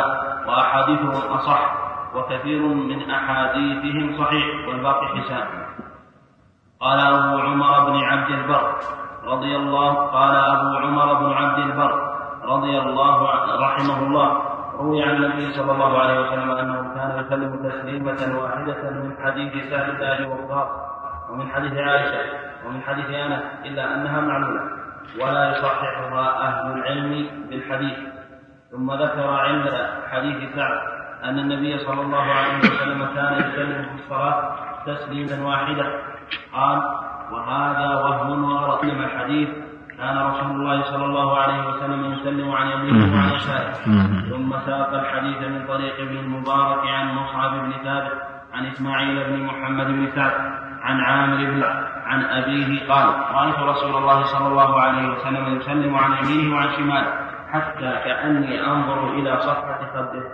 وأحاديثهم أصح، وكثير من أحاديثهم صحيح والباقي حسان. قال أبو عمر بن عبد البر رضي الله قال أبو عمر بن عبد البر رضي الله رحمه الله: روي عن النبي صلى الله عليه وسلم أنه كان يسلم تسليمة واحدة من حديث سهل بن أبي وقاص ومن حديث عائشة ومن حديث أنس، إلا أنها معلولة ولا يصححها أهل العلم بالحديث. ثم ذكر عند حديث سعد أن النبي صلى الله عليه وسلم كان يسلم في الصلاة تسليما واحدة. قال: وهذا وهم وغلط. من الحديث كان رسول الله صلى الله عليه وسلم يسلم عن يمينه وعن يساره. ثم ساق الحديث من طريق ابن المبارك عن مصعب بن ثابت عن إسماعيل بن محمد بن سعد عن عامر بن عن أبيه قال: رأيت رسول الله صلى الله عليه وسلم يسلم عن يمينه وعن شماله حتى كأني أنظر إلى صفحة خده.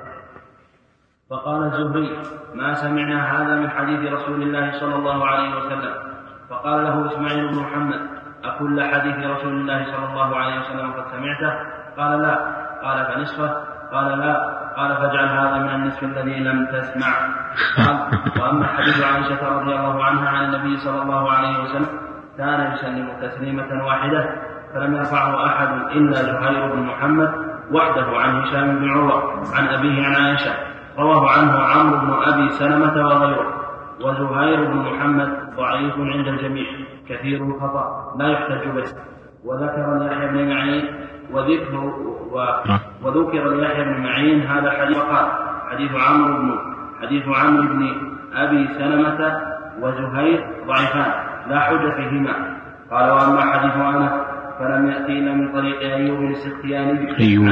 فقال الزهري: ما سمعنا هذا من حديث رسول الله صلى الله عليه وسلم. فقال له إسماعيل بن محمد: أكل حديث رسول الله صلى الله عليه وسلم قد سمعته؟ قال: لا. قال: فنصفه؟ قال: لا. قال: فاجعل هذا من النصف الذي لم تسمع. قال: وأما حديث عائشة رضي الله عنها عن النبي صلى الله عليه وسلم كان يسلم تسليمة واحدة فلم يرفعه أحد إلا زهير بن محمد وحده عن هشام بن عروة عن أبيه عن عائشة، رواه عنه عمرو بن أبي سلمة وغيره. وزهير بن محمد ضعيف عند الجميع كثير الخطأ لا يحتج به. وذكر يحيى بن معين وذكر و... وذكر ليحيى بن معين هذا الحديث وقال: حديث عمرو بن حديث عمرو بن أبي سلمة وزهير ضعيفان لا حجة فيهما. قال: وأما حديث أنس فلم يأتي إلا من طريق أيوب السختياني أيوب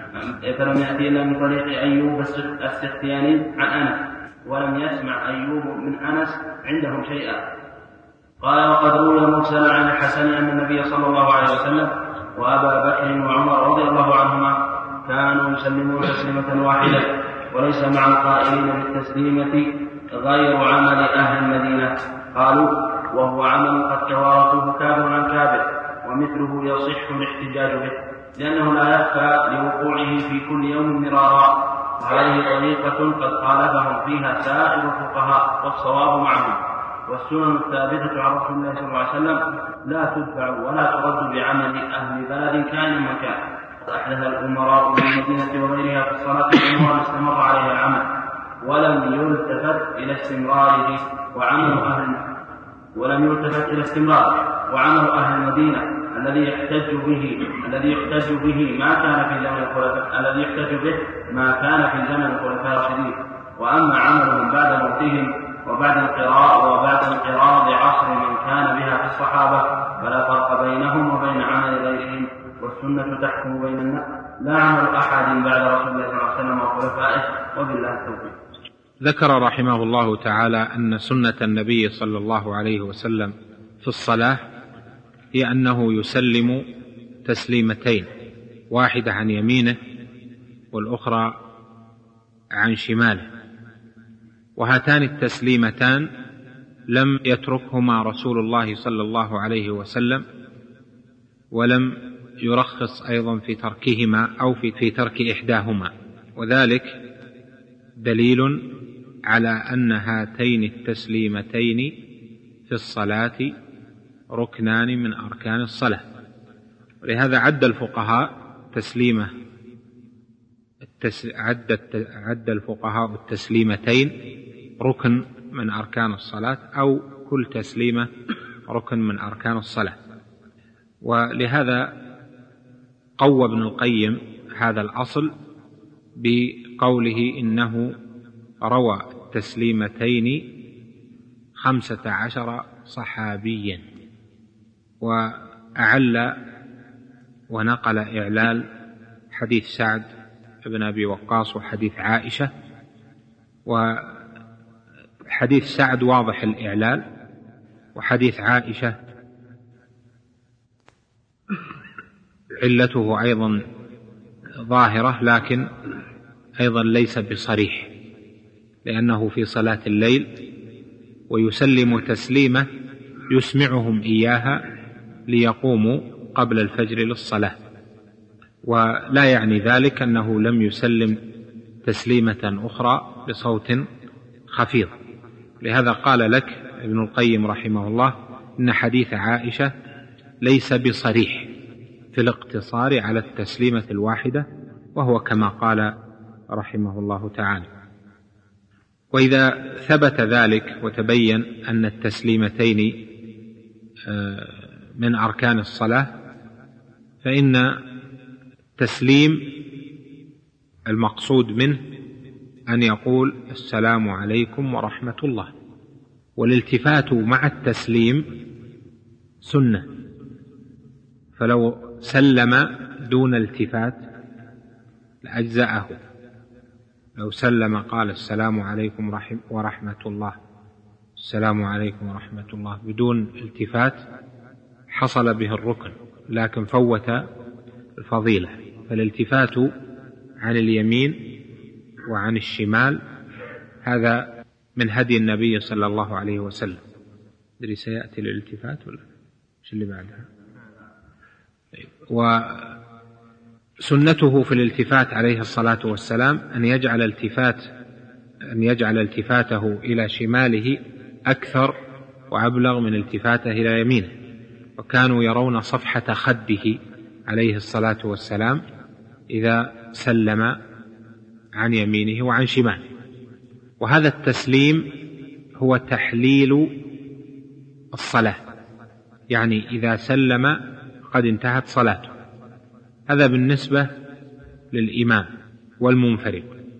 فلم يأتي إلا من طريق أيوب السختياني عن أنس، ولم يسمع أيوب من أنس عندهم شيئا. قال: وقد روي مرسلا عن الحسن أن النبي صلى الله عليه وسلم وأبا بكر وعمر رضي الله عنهما كانوا يسلمون تسليمة واحدة، وليس مع القائلين بالتسليمة غير عمل أهل المدينة. قالوا: وهو عمل قد توارثه كابر عن كابر، ومثله يصح الاحتجاج به، لأنه لا يخفى لوقوعه في كل يوم مرارا. وهذه طريقة قد خالفهم فيها سائر الفقهاء، والصواب معهم. والسنن الثابتة عن رسول الله صلى الله عليه وسلم لا تدفع ولا ترد بعمل أهل بلد كان مكان. أحدث الأمراء من المدينة وغيرها في الصلاة الأمور استمر عليها العمل، ولم يلتفت إلى استمراره وعمل أهل ولم يلتفت إلى استمراره وعمل أهل المدينة الذي يحتج به الذي يحتج به ما كان في زمن الخلفاء الذي يحتج به ما كان في زمن الخلفاء الراشدين. وأما عملهم بعد موتهم وبعد انقراض وبعد انقراض عصر من كان بها في الصحابة فلا فرق بينهم وبين عمل غيرهم، والسنة تحكم بين الناس لا عمل أحد بعد رسول الله صلى الله عليه وسلم وخلفائه، وبالله التوفيق. ذكر رحمه الله تعالى أن سنة النبي صلى الله عليه وسلم في الصلاة هي أنه يسلم تسليمتين، واحدة عن يمينه والأخرى عن شماله، وهاتان التسليمتان لم يتركهما رسول الله صلى الله عليه وسلم، ولم يرخص أيضا في تركهما أو في, في ترك إحداهما، وذلك دليل على أن هاتين التسليمتين في الصلاة ركنان من أركان الصلاة. ولهذا عد الفقهاء تسليمة التس... عد... عد الفقهاء التسليمتين ركن من أركان الصلاة، أو كل تسليمة ركن من أركان الصلاة. ولهذا قوى ابن القيم هذا الأصل بقوله إنه روى التسليمتين خمسة عشر صحابيا، وأعل ونقل إعلال حديث سعد بن أبي وقاص وحديث عائشة. وحديث سعد واضح الإعلال، وحديث عائشة علته أيضا ظاهرة لكن أيضا ليس بصريح، لأنه في صلاة الليل ويسلم تسليمة يسمعهم إياها ليقوموا قبل الفجر للصلاة، ولا يعني ذلك أنه لم يسلم تسليمة أخرى بصوت خفيض. لهذا قال لك ابن القيم رحمه الله إن حديث عائشة ليس بصريح في الاقتصار على التسليمة الواحدة، وهو كما قال رحمه الله تعالى. وإذا ثبت ذلك وتبين أن التسليمتين من أركان الصلاة، فإن التسليم المقصود منه أن يقول السلام عليكم ورحمة الله، والالتفات مع التسليم سنة، فلو سلم دون التفات لأجزأه. لو سلم قال السلام عليكم ورحمة الله، السلام عليكم ورحمة الله بدون التفات حصل به الركن، لكن فوت الفضيلة. فالالتفات عن اليمين وعن الشمال هذا من هدي النبي صلى الله عليه وسلم. دري سيأتي الالتفات ولا ايش اللي بعدها؟ وسنته في الالتفات عليه الصلاة والسلام أن يجعل التفات أن يجعل التفاته إلى شماله أكثر وأبلغ من التفاته إلى يمينه، وكانوا يرون صفحة خده عليه الصلاة والسلام إذا سلم عن يمينه وعن شماله. وهذا التسليم هو تحليل الصلاة، يعني إذا سلم قد انتهت صلاته. هذا بالنسبة للإمام والمنفرد.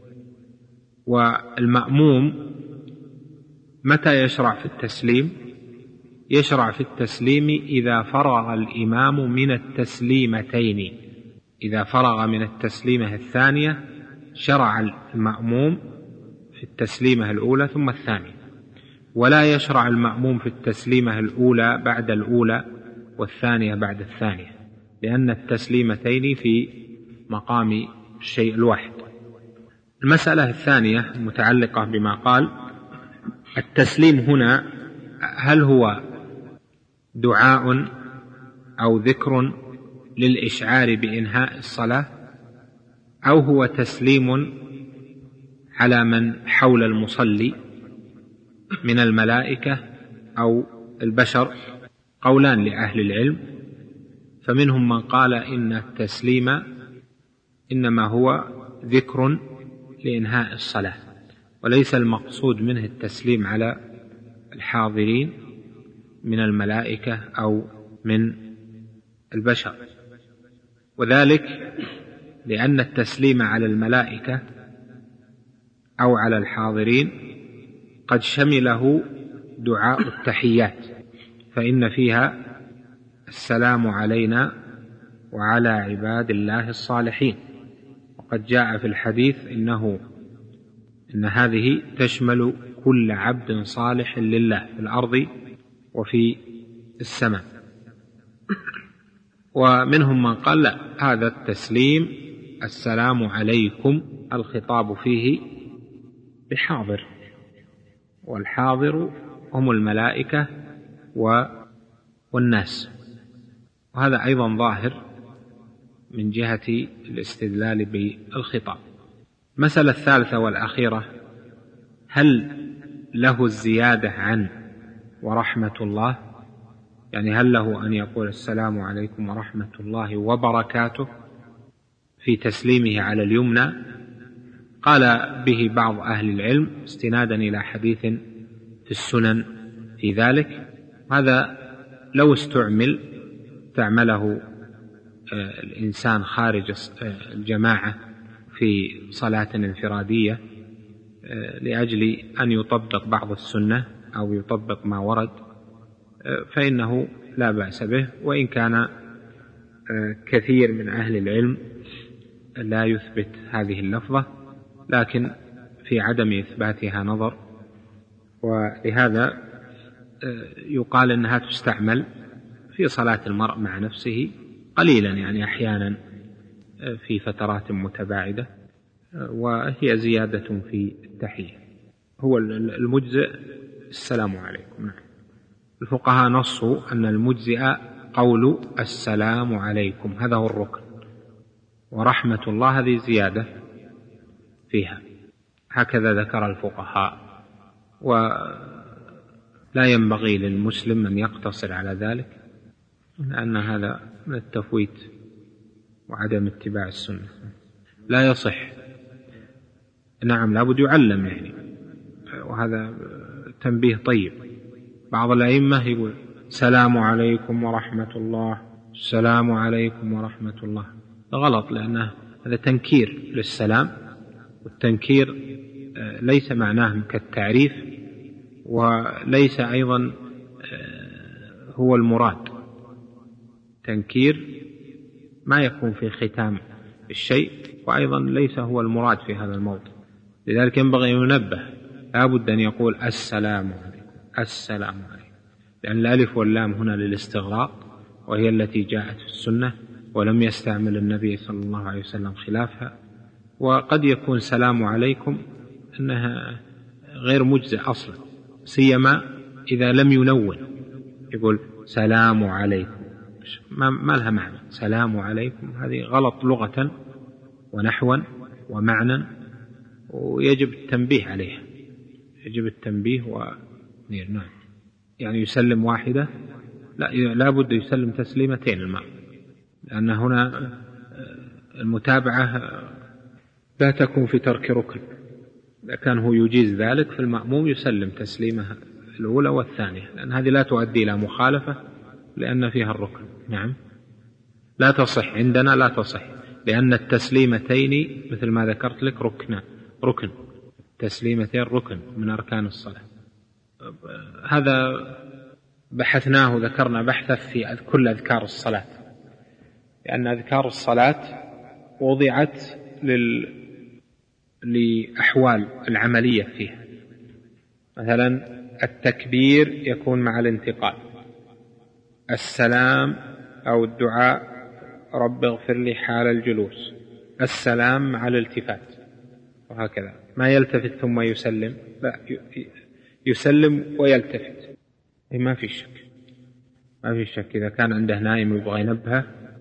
والمأموم متى يشرع في التسليم؟ يشرع في التسليم إذا فرغ الإمام من التسليمتين. إذا فرغ من التسليمة الثانية شرع المأموم في التسليمة الأولى ثم الثانية، ولا يشرع المأموم في التسليمة الأولى بعد الأولى والثانية بعد الثانية، لأن التسليمتين في مقام الشيء الواحد. المسألة الثانية متعلقة بما قال التسليم هنا، هل هو دعاء أو ذكر للإشعار بإنهاء الصلاة، أو هو تسليم على من حول المصلي من الملائكة أو البشر؟ قولان لأهل العلم، فمنهم من قال إن التسليم إنما هو ذكر لإنهاء الصلاة، وليس المقصود منه التسليم على الحاضرين من الملائكة أو من البشر، وذلك لأن التسليم على الملائكة أو على الحاضرين قد شمله دعاء التحيات، فإن فيها السلام علينا وعلى عباد الله الصالحين. وقد جاء في الحديث إنه إن هذه تشمل كل عبد صالح لله في الأرض وفي السماء. ومنهم من قال لا، هذا التسليم السلام عليكم الخطاب فيه بحاضر، والحاضر هم الملائكة والناس، وهذا أيضا ظاهر من جهة الاستدلال بالخطاب. المسألة الثالثة والأخيرة، هل له الزيادة عن ورحمة الله؟ يعني هل له أن يقول السلام عليكم ورحمة الله وبركاته في تسليمه على اليمنى؟ قال به بعض أهل العلم استنادا إلى حديث في السنن في ذلك. هذا لو استعمل تعمله الإنسان خارج الجماعة في صلاة انفرادية لأجل أن يطبق بعض السنة أو يطبق ما ورد، فإنه لا بأس به، وإن كان كثير من أهل العلم لا يثبت هذه اللفظة، لكن في عدم إثباتها نظر، ولهذا يقال أنها تستعمل في صلاة المرء مع نفسه قليلا، يعني أحيانا في فترات متباعدة، وهي زيادة في التحية. هو المجزئ السلام عليكم. الفقهاء نصوا أن المجزئ قول السلام عليكم، هذا هو الركن، ورحمة الله هذه زيادة في فيها. هكذا ذكر الفقهاء، ولا ينبغي للمسلم أن يقتصر على ذلك، لأن هذا من التفويت وعدم اتباع السنة. لا يصح. نعم لابد يعلم يعني، وهذا تنبيه طيب. بعض الأئمة يقول السلام عليكم ورحمة الله، السلام عليكم ورحمة الله، غلط، لأنه هذا تنكير للسلام، والتنكير ليس معناه كالتعريف، وليس أيضا هو المراد. تنكير ما يكون في ختام الشيء، وأيضا ليس هو المراد في هذا الموضع. لذلك ينبغي أن ينبه، لا بد أن يقول السلام عليكم، السلام عليكم، لأن الألف واللام هنا للاستغراق، وهي التي جاءت في السنة، ولم يستعمل النبي صلى الله عليه وسلم خلافها. وقد يكون سلام عليكم أنها غير مجزئ أصلا، سيما إذا لم ينون، يقول سلام عليكم، ما لها معنى. سلام عليكم هذه غلط لغة ونحوا ومعنى، ويجب التنبيه عليها، يجب التنبيه و نعم. يعني يسلم واحدة، لا لا بد يسلم تسليمتين الماء، لأن هنا المتابعة لا تكون في ترك ركن. إذا كان هو يجيز ذلك فالمأموم يسلم تسليمها الأولى والثانية، لأن هذه لا تؤدي إلى مخالفة لأن فيها الركن. نعم لا تصح عندنا، لا تصح، لأن التسليمتين مثل ما ذكرت لك ركن ركن تسليمتين ركن من أركان الصلاة. هذا بحثناه، ذكرنا بحثا في كل أذكار الصلاة، لأن أذكار الصلاة وضعت لل... لأحوال العملية فيها. مثلا التكبير يكون مع الانتقال، السلام أو الدعاء رب اغفر لي حال الجلوس، السلام مع الالتفات، وهكذا. ما يلتفت ثم يسلم، لا يسلم ويلتفت، ما في شك، ما في شك. إذا كان عنده نائم يبغى ينبهه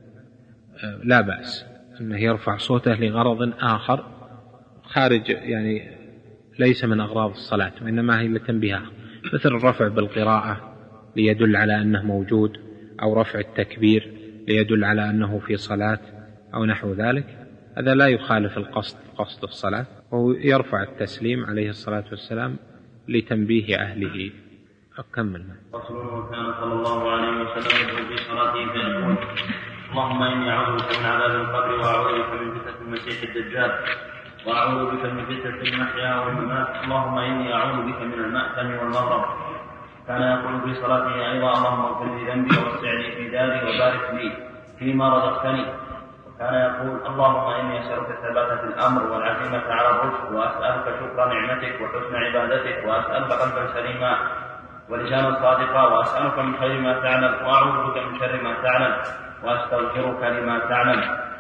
لا بأس أنه يرفع صوته لغرض آخر خارج، يعني ليس من أغراض الصلاة، وإنما هي لتنبيهه، مثل الرفع بالقراءة ليدل على أنه موجود، أو رفع التكبير ليدل على أنه في صلاة، أو نحو ذلك. هذا لا يخالف القصد، قصد الصلاة، وهو يرفع التسليم عليه الصلاة والسلام لتنبيه أهله. أكمل. رسول كان صلى الله عليه وسلم يدعو في صلاته فيقول اللهم إني أعوذ بك من عذاب القبر، وأعوذ بك من فتنة المسيح الدجال، وأعوذ بك من فتنة المحيا والممات، اللهم إني أعوذ بك من المأثم والمغرب. كان يقول في صلاته أيضا اللهم اغفر لي ذنبي ووسع لي في داري وبارك لي فيما رزقتني. وكان يقول اللهم إني أسألك الثبات في الأمر والعزيمة على الرشد، وأسألك شكر نعمتك وحسن عبادتك، وأسألك قلبا سليما ولسانا صادقا، وأسألك من خير ما تعلم، وأعوذ بك من شر ما تعلم، وأستغفرك لما تعلم.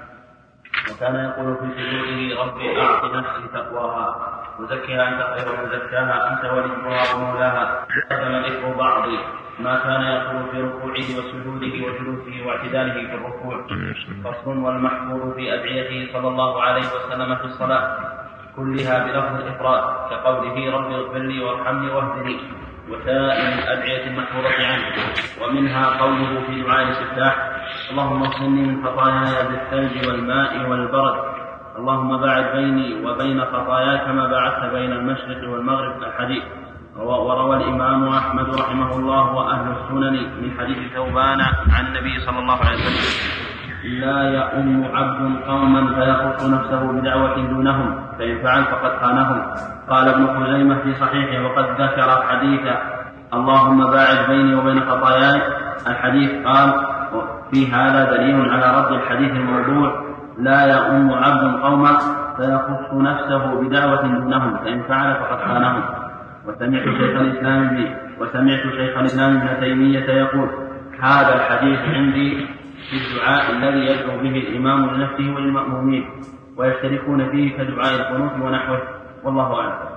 وكان يقول في سجوده ربي أعط نفسي تقواها وزكها أنت خير من زكاها أنت وليها ومولاها. قدم ذكر بعض ما كان يقول في ركوعه وسجوده وجلوسه واعتداله في الركوع. فصل والمحفوظ في أدعيته صلى الله عليه وسلم في الصلاة كلها بلفظ الإفراد، كقوله ربي اغفر لي وارحمني واهدني، وسائر الأدعية المحفوظة عنه. ومنها قوله في دعاء الاستفتاح اللهم اغسلني من خطاياي بالثلج والماء والبرد، اللهم باعد بيني وبين خطاياي كما باعدت بين المشرق والمغرب. الحديث. وروى الإمام أحمد رحمه الله وأهل السنن من حديث ثوبان عن النبي صلى الله عليه وسلم لا يؤم عبد قوما فيخص نفسه بدعوة دونهم فإن فعل فقد خانهم. قال ابن خزيمة في صحيحه وقد ذكر حديث اللهم باعد بيني وبين خطاياي الحديث، قال في هذا دليل على رد الحديث الموضوع لا يؤم عبد قوما فيخص نفسه بدعوة دونهم فإن فعل فقد خانهم. وسمعت شيخ الإسلام وسمعت شيخ الإسلام ابن تيمية يقول هذا الحديث عندي في الدعاء الذي يدعو به الإمام لنفسه وللمأمومين ويشتركون فيه كدعاء القنوت ونحوه، والله أعلم.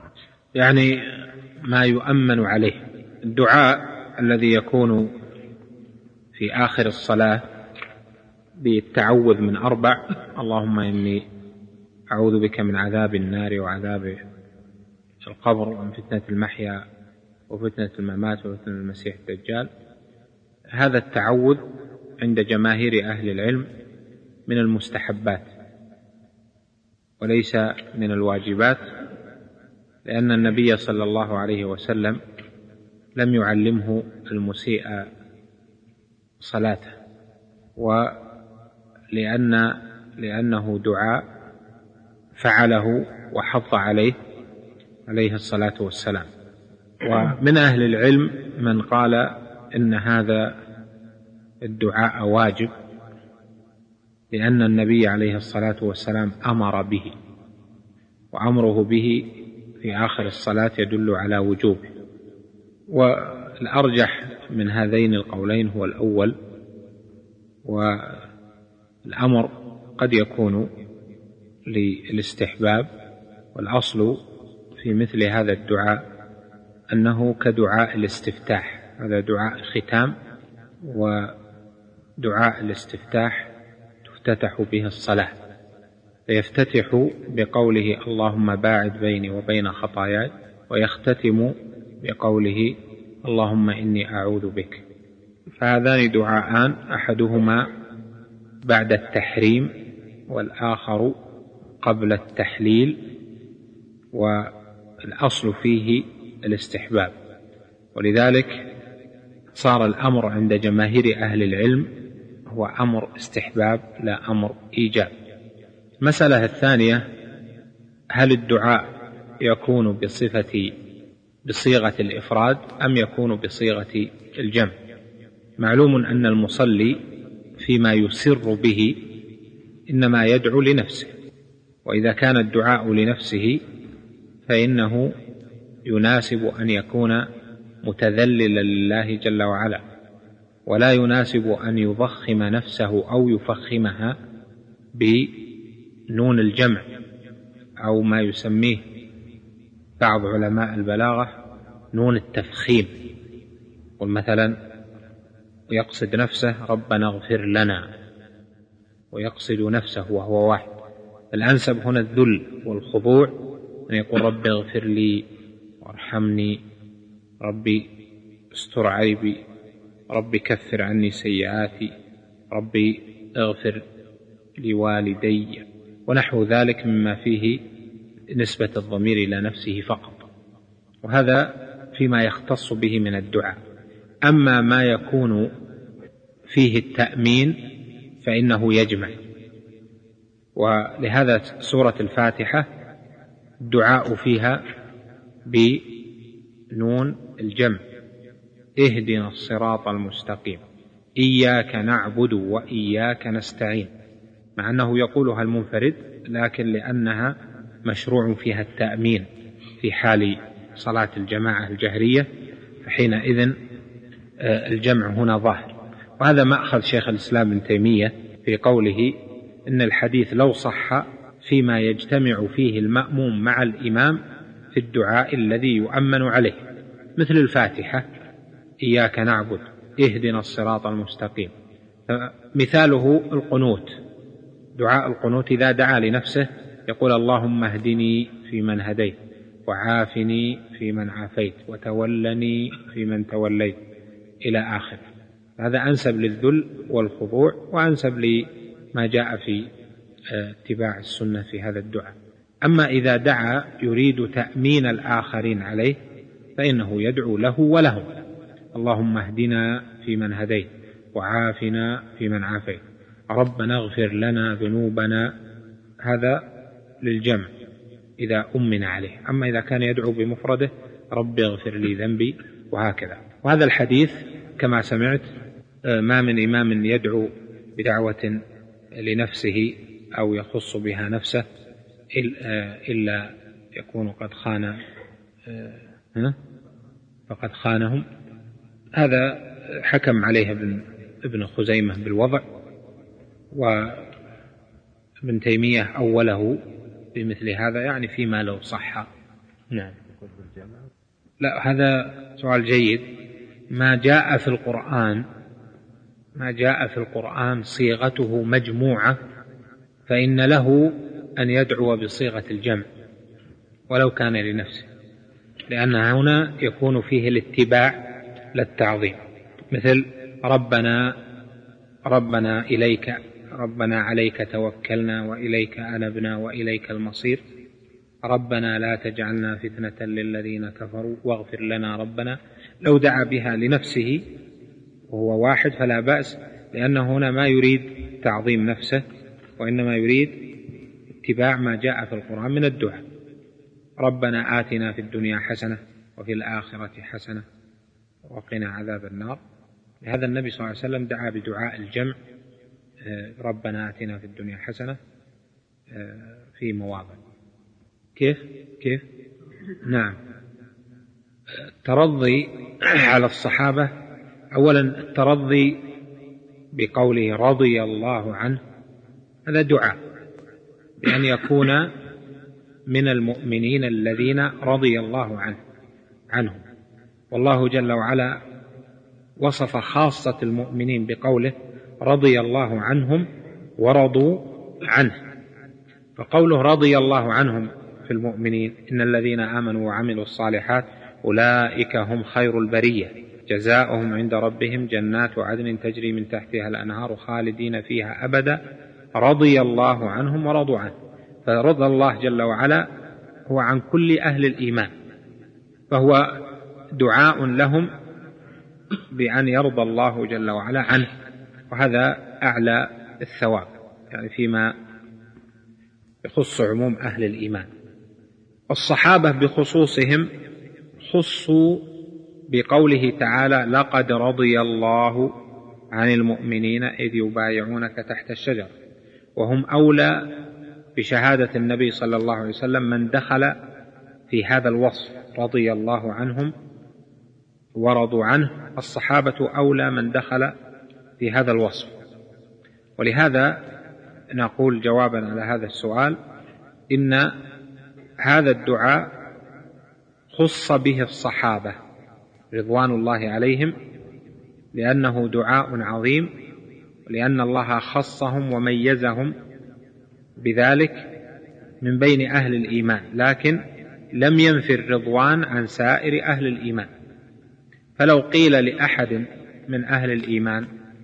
يعني ما يؤمن عليه الدعاء الذي يكون في آخر الصلاة بالتعوذ من أربع، اللهم إني أعوذ بك من عذاب النار وعذاب القبر ومن فتنة المحيا وفتنة الممات وفتنة المسيح الدجال. هذا التعوذ عند جماهير أهل العلم من المستحبات وليس من الواجبات، لأن النبي صلى الله عليه وسلم لم يعلمه المسيء صلاته، ولأن لأنه دعاء فعله وحض عليه عليه الصلاة والسلام. ومن أهل العلم من قال إن هذا الدعاء واجب، لأن النبي عليه الصلاة والسلام أمر به، وأمره به في آخر الصلاة يدل على وجوبه. والأرجح من هذين القولين هو الأول، والأمر قد يكون للاستحباب، والأصل في مثل هذا الدعاء أنه كدعاء الاستفتاح، هذا دعاء ختام، ودعاء الاستفتاح تفتتح به الصلاة، فيفتتح بقوله اللهم باعد بيني وبين خطاياي، ويختتم بقوله اللهم إني أعوذ بك. فهذان دعاءان، أحدهما بعد التحريم والآخر قبل التحليل، والأصل فيه الاستحباب، ولذلك صار الأمر عند جماهير أهل العلم هو أمر استحباب لا أمر إيجاب. المسألة الثانية: هل الدعاء يكون بصفة بصيغة الإفراد أم يكون بصيغة الجمع؟ معلوم أن المصلي فيما يسر به إنما يدعو لنفسه، وإذا كان الدعاء لنفسه فإنه يناسب أن يكون متذللا لله جل وعلا، ولا يناسب أن يضخم نفسه أو يفخمها بنون الجمع أو ما يسميه بعض علماء البلاغة نون التفخيم. ومثلا يقصد نفسه ربنا اغفر لنا، ويقصد نفسه وهو واحد. الأنسب هنا الذل والخضوع، أن يقول ربي اغفر لي وارحمني، ربي استر عيبي، ربي كفر عني سيئاتي، ربي اغفر لوالدي، ونحو ذلك مما فيه نسبة الضمير إلى نفسه فقط، وهذا فيما يختص به من الدعاء. أما ما يكون فيه التأمين فإنه يجمع، ولهذا سورة الفاتحة الدعاء فيها بنون الجمع: اهدنا الصراط المستقيم، إياك نعبد وإياك نستعين، مع أنه يقولها المنفرد، لكن لأنها مشروع فيها التأمين في حال صلاة الجماعة الجهرية، فحينئذ الجمع هنا ظاهر. وهذا مأخذ شيخ الإسلام ابن تيمية في قوله إن الحديث لو صح فيما يجتمع فيه المأموم مع الإمام في الدعاء الذي يؤمن عليه، مثل الفاتحة إياك نعبد، اهدنا الصراط المستقيم. مثاله القنوت، دعاء القنوت إذا دعا لنفسه يقول اللهم اهدني فيمن هديت، وعافني فيمن عافيت، وتولني فيمن توليت، إلى آخر. هذا أنسب للذل والخضوع، وأنسب لما جاء في اتباع السنة في هذا الدعاء. أما إذا دعا يريد تأمين الآخرين عليه فإنه يدعو له ولهم: اللهم اهدنا فيمن هديت، وعافنا فيمن عافيت، ربنا اغفر لنا ذنوبنا. هذا للجمع إذا أمن عليه. أما إذا كان يدعو بمفرده رب اغفر لي ذنبي، وهكذا. وهذا الحديث كما سمعت ما من إمام يدعو بدعوة لنفسه أو يخص بها نفسه إلا يكون قد خان فقد خانهم. هذا حكم عليه ابن خزيمة بالوضع، وابن تيمية أوله بمثل هذا، يعني فيما لو صح. نعم. لا، هذا سؤال جيد. ما جاء في القرآن ما جاء في القرآن صيغته مجموعة فإن له أن يدعو بصيغة الجمع ولو كان لنفسه، لأن هنا يكون فيه الاتباع للتعظيم، مثل ربنا ربنا إليك، ربنا عليك توكلنا وإليك أنبنا وإليك المصير، ربنا لا تجعلنا فتنة للذين كفروا واغفر لنا ربنا. لو دعا بها لنفسه وهو واحد فلا بأس، لأنه هنا ما يريد تعظيم نفسه، وإنما يريد اتباع ما جاء في القرآن من الدعاء. ربنا آتنا في الدنيا حسنة وفي الآخرة حسنة وقنا عذاب النار. لهذا النبي صلى الله عليه وسلم دعا بدعاء الجمع، ربنا آتنا في الدنيا حسنة، في مواضع. كيف كيف نعم. الترضي على الصحابة، أولا الترضي بقوله رضي الله عنه، هذا دعاء بأن يكون من المؤمنين الذين رضي الله عنه عنهم. والله جل وعلا وصف خاصة المؤمنين بقوله رضي الله عنهم ورضوا عنه. فقوله رضي الله عنهم في المؤمنين إن الذين آمنوا وعملوا الصالحات أولئك هم خير البرية جزاؤهم عند ربهم جنات عدن تجري من تحتها الأنهار خالدين فيها أبدا رضي الله عنهم ورضوا عنه. فرضى الله جل وعلا هو عن كل أهل الإيمان، فهو دعاء لهم بأن يرضى الله جل وعلا عنه، وهذا أعلى الثواب يعني فيما يخص عموم أهل الإيمان. الصحابة بخصوصهم خصوا بقوله تعالى لقد رضي الله عن المؤمنين إذ يبايعونك تحت الشجرة، وهم أولى بشهادة النبي صلى الله عليه وسلم من دخل في هذا الوصف رضي الله عنهم ورضوا عنه. الصحابة أولى من دخل في هذا الوصف. ولهذا نقول جوابا على هذا السؤال إن هذا الدعاء خص به الصحابة رضوان الله عليهم، لأنه دعاء عظيم، لأن الله خصهم وميزهم بذلك من بين أهل الإيمان، لكن لم ينفي الرضوان عن سائر أهل الإيمان. فلو قيل لأحد من أهل الإيمان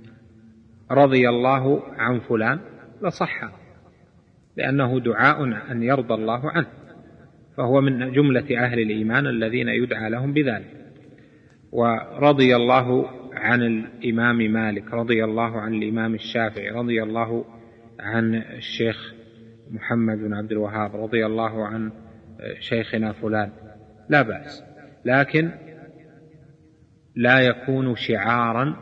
رضي الله عن فلان لصح، لأنه دعاء أن يرضى الله عنه، فهو من جملة أهل الإيمان الذين يدعى لهم بذلك. ورضي الله عن الإمام مالك، رضي الله عن الإمام الشافعي، رضي الله عن الشيخ محمد بن عبد الوهاب، رضي الله عن شيخنا فلان، لا بأس، لكن لا يكون شعارا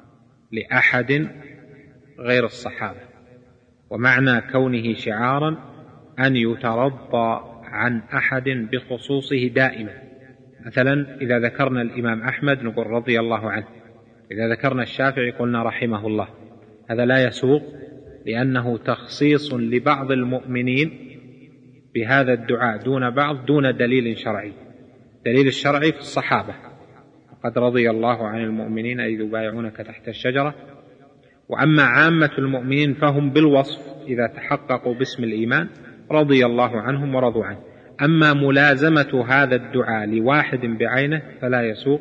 لأحد غير الصحابة. ومعنى كونه شعارا أن يترضى عن أحد بخصوصه دائما. مثلا إذا ذكرنا الإمام أحمد نقول رضي الله عنه، إذا ذكرنا الشافعي قلنا رحمه الله. هذا لا يسوق، لأنه تخصيص لبعض المؤمنين بهذا الدعاء دون بعض دون دليل شرعي. دليل الشرعي في الصحابة، قد رضي الله عن المؤمنين إذ يبايعونك تحت الشجرة. وأما عامة المؤمنين فهم بالوصف إذا تحققوا باسم الإيمان رضي الله عنهم ورضوا عنه. أما ملازمة هذا الدعاء لواحد بعينه فلا يسوق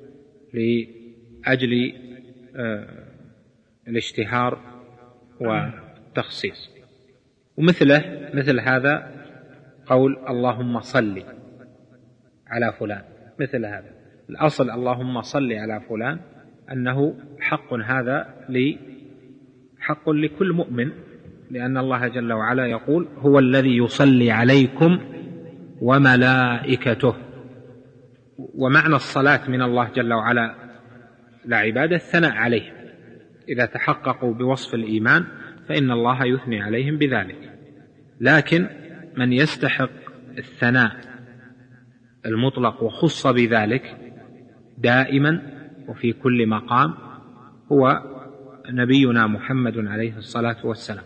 لأجل الاشتهار والتخصيص. ومثله مثل هذا قول اللهم صل على فلان، مثل هذا الأصل اللهم صل على فلان أنه حق، هذا حق لكل مؤمن، لأن الله جل وعلا يقول هو الذي يصلي عليكم وملائكته. ومعنى الصلاة من الله جل وعلا لعباده الثناء عليهم، إذا تحققوا بوصف الإيمان فإن الله يثني عليهم بذلك. لكن من يستحق الثناء المطلق وخص بذلك دائما وفي كل مقام هو نبينا محمد عليه الصلاة والسلام،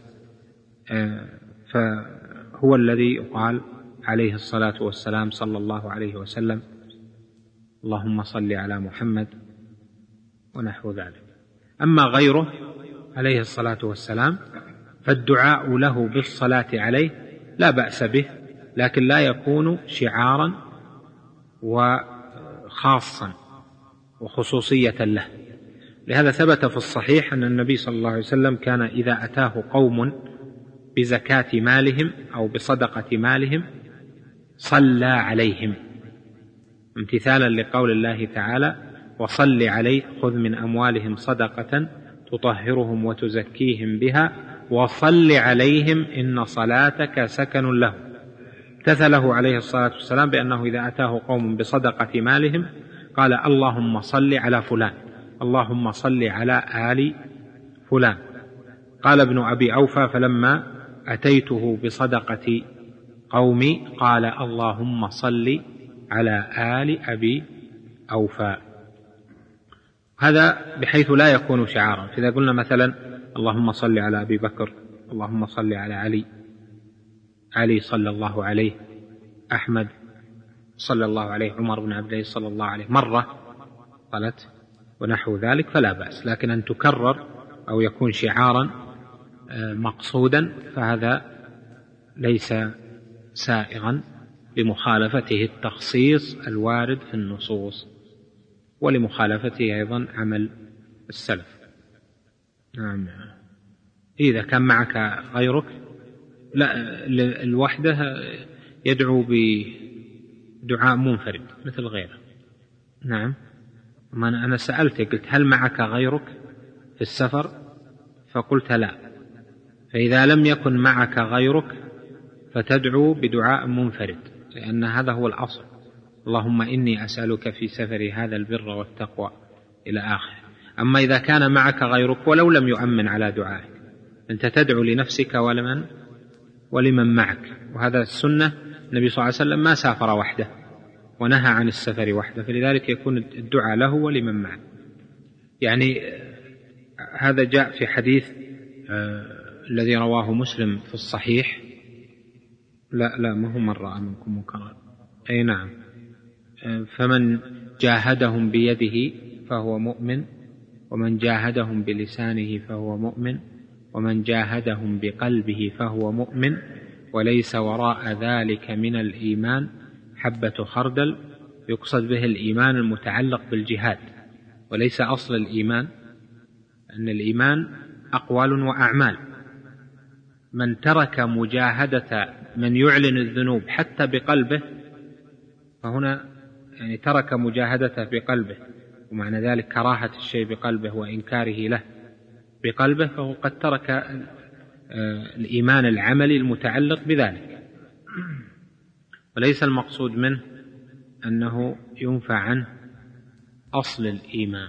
فهو الذي يقال عليه الصلاة والسلام صلى الله عليه وسلم اللهم صل على محمد ونحو ذلك. أما غيره عليه الصلاة والسلام فالدعاء له بالصلاة عليه لا بأس به، لكن لا يكون شعارا وخاصا وخصوصية له. لهذا ثبت في الصحيح أن النبي صلى الله عليه وسلم كان إذا أتاه قوم بزكاة مالهم أو بصدقة مالهم صلى عليهم، امتثالا لقول الله تعالى: وصل عليه خذ من أموالهم صدقة تطهرهم وتزكيهم بها وصل عليهم إن صلاتك سكن لهم. امتثله عليه الصلاة والسلام بأنه إذا أتاه قوم بصدقة مالهم قال: اللهم صل على فلان، اللهم صل على آل فلان. قال ابن أبي أوفى: فلما أتيته بصدقة قومي قال: اللهم صل على آل أبي أوفى. هذا بحيث لا يكون شعارا. فإذا قلنا مثلا: اللهم صل على أبي بكر، اللهم صل على علي، علي صلى الله عليه، أحمد صلى الله عليه، عمر بن عبد العزيز صلى الله عليه، مرة قالت ونحو ذلك فلا بأس. لكن أن تكرر أو يكون شعارا مقصودا فهذا ليس سائغا لمخالفته التخصيص الوارد في النصوص، ولمخالفته أيضا عمل السلف. نعم. إذا كان معك غيرك لا الوحدة يدعو بدعاء منفرد مثل غيره. نعم. أنا سألتك قلت: هل معك غيرك في السفر؟ فقلت: لا. فإذا لم يكن معك غيرك فتدعو بدعاء منفرد، لأن هذا هو الأصل: اللهم إني أسألك في سفري هذا البر والتقوى إلى آخره. أما إذا كان معك غيرك ولو لم يؤمن على دعائك، أنت تدعو لنفسك ولمن ولمن معك. وهذا السنة. النبي صلى الله عليه وسلم ما سافر وحده ونهى عن السفر وحده، فلذلك يكون الدعاء له ولمن معه. يعني هذا جاء في حديث آه الذي رواه مسلم في الصحيح. لا لا ما هو من رأى منكم منكرا. أي نعم. آه فمن جاهدهم بيده فهو مؤمن، ومن جاهدهم بلسانه فهو مؤمن، ومن جاهدهم بقلبه فهو مؤمن، وليس وراء ذلك من الإيمان حبة خردل. يقصد به الإيمان المتعلق بالجهاد، وليس أصل الإيمان، أن الإيمان أقوال وأعمال. من ترك مجاهدة من يعلن الذنوب حتى بقلبه، فهنا يعني ترك مجاهدته بقلبه، ومعنى ذلك كراهة الشيء بقلبه وإنكاره له بقلبه، فهو قد ترك الإيمان العملي المتعلق بذلك. وليس المقصود منه أنه ينفع عنه أصل الإيمان.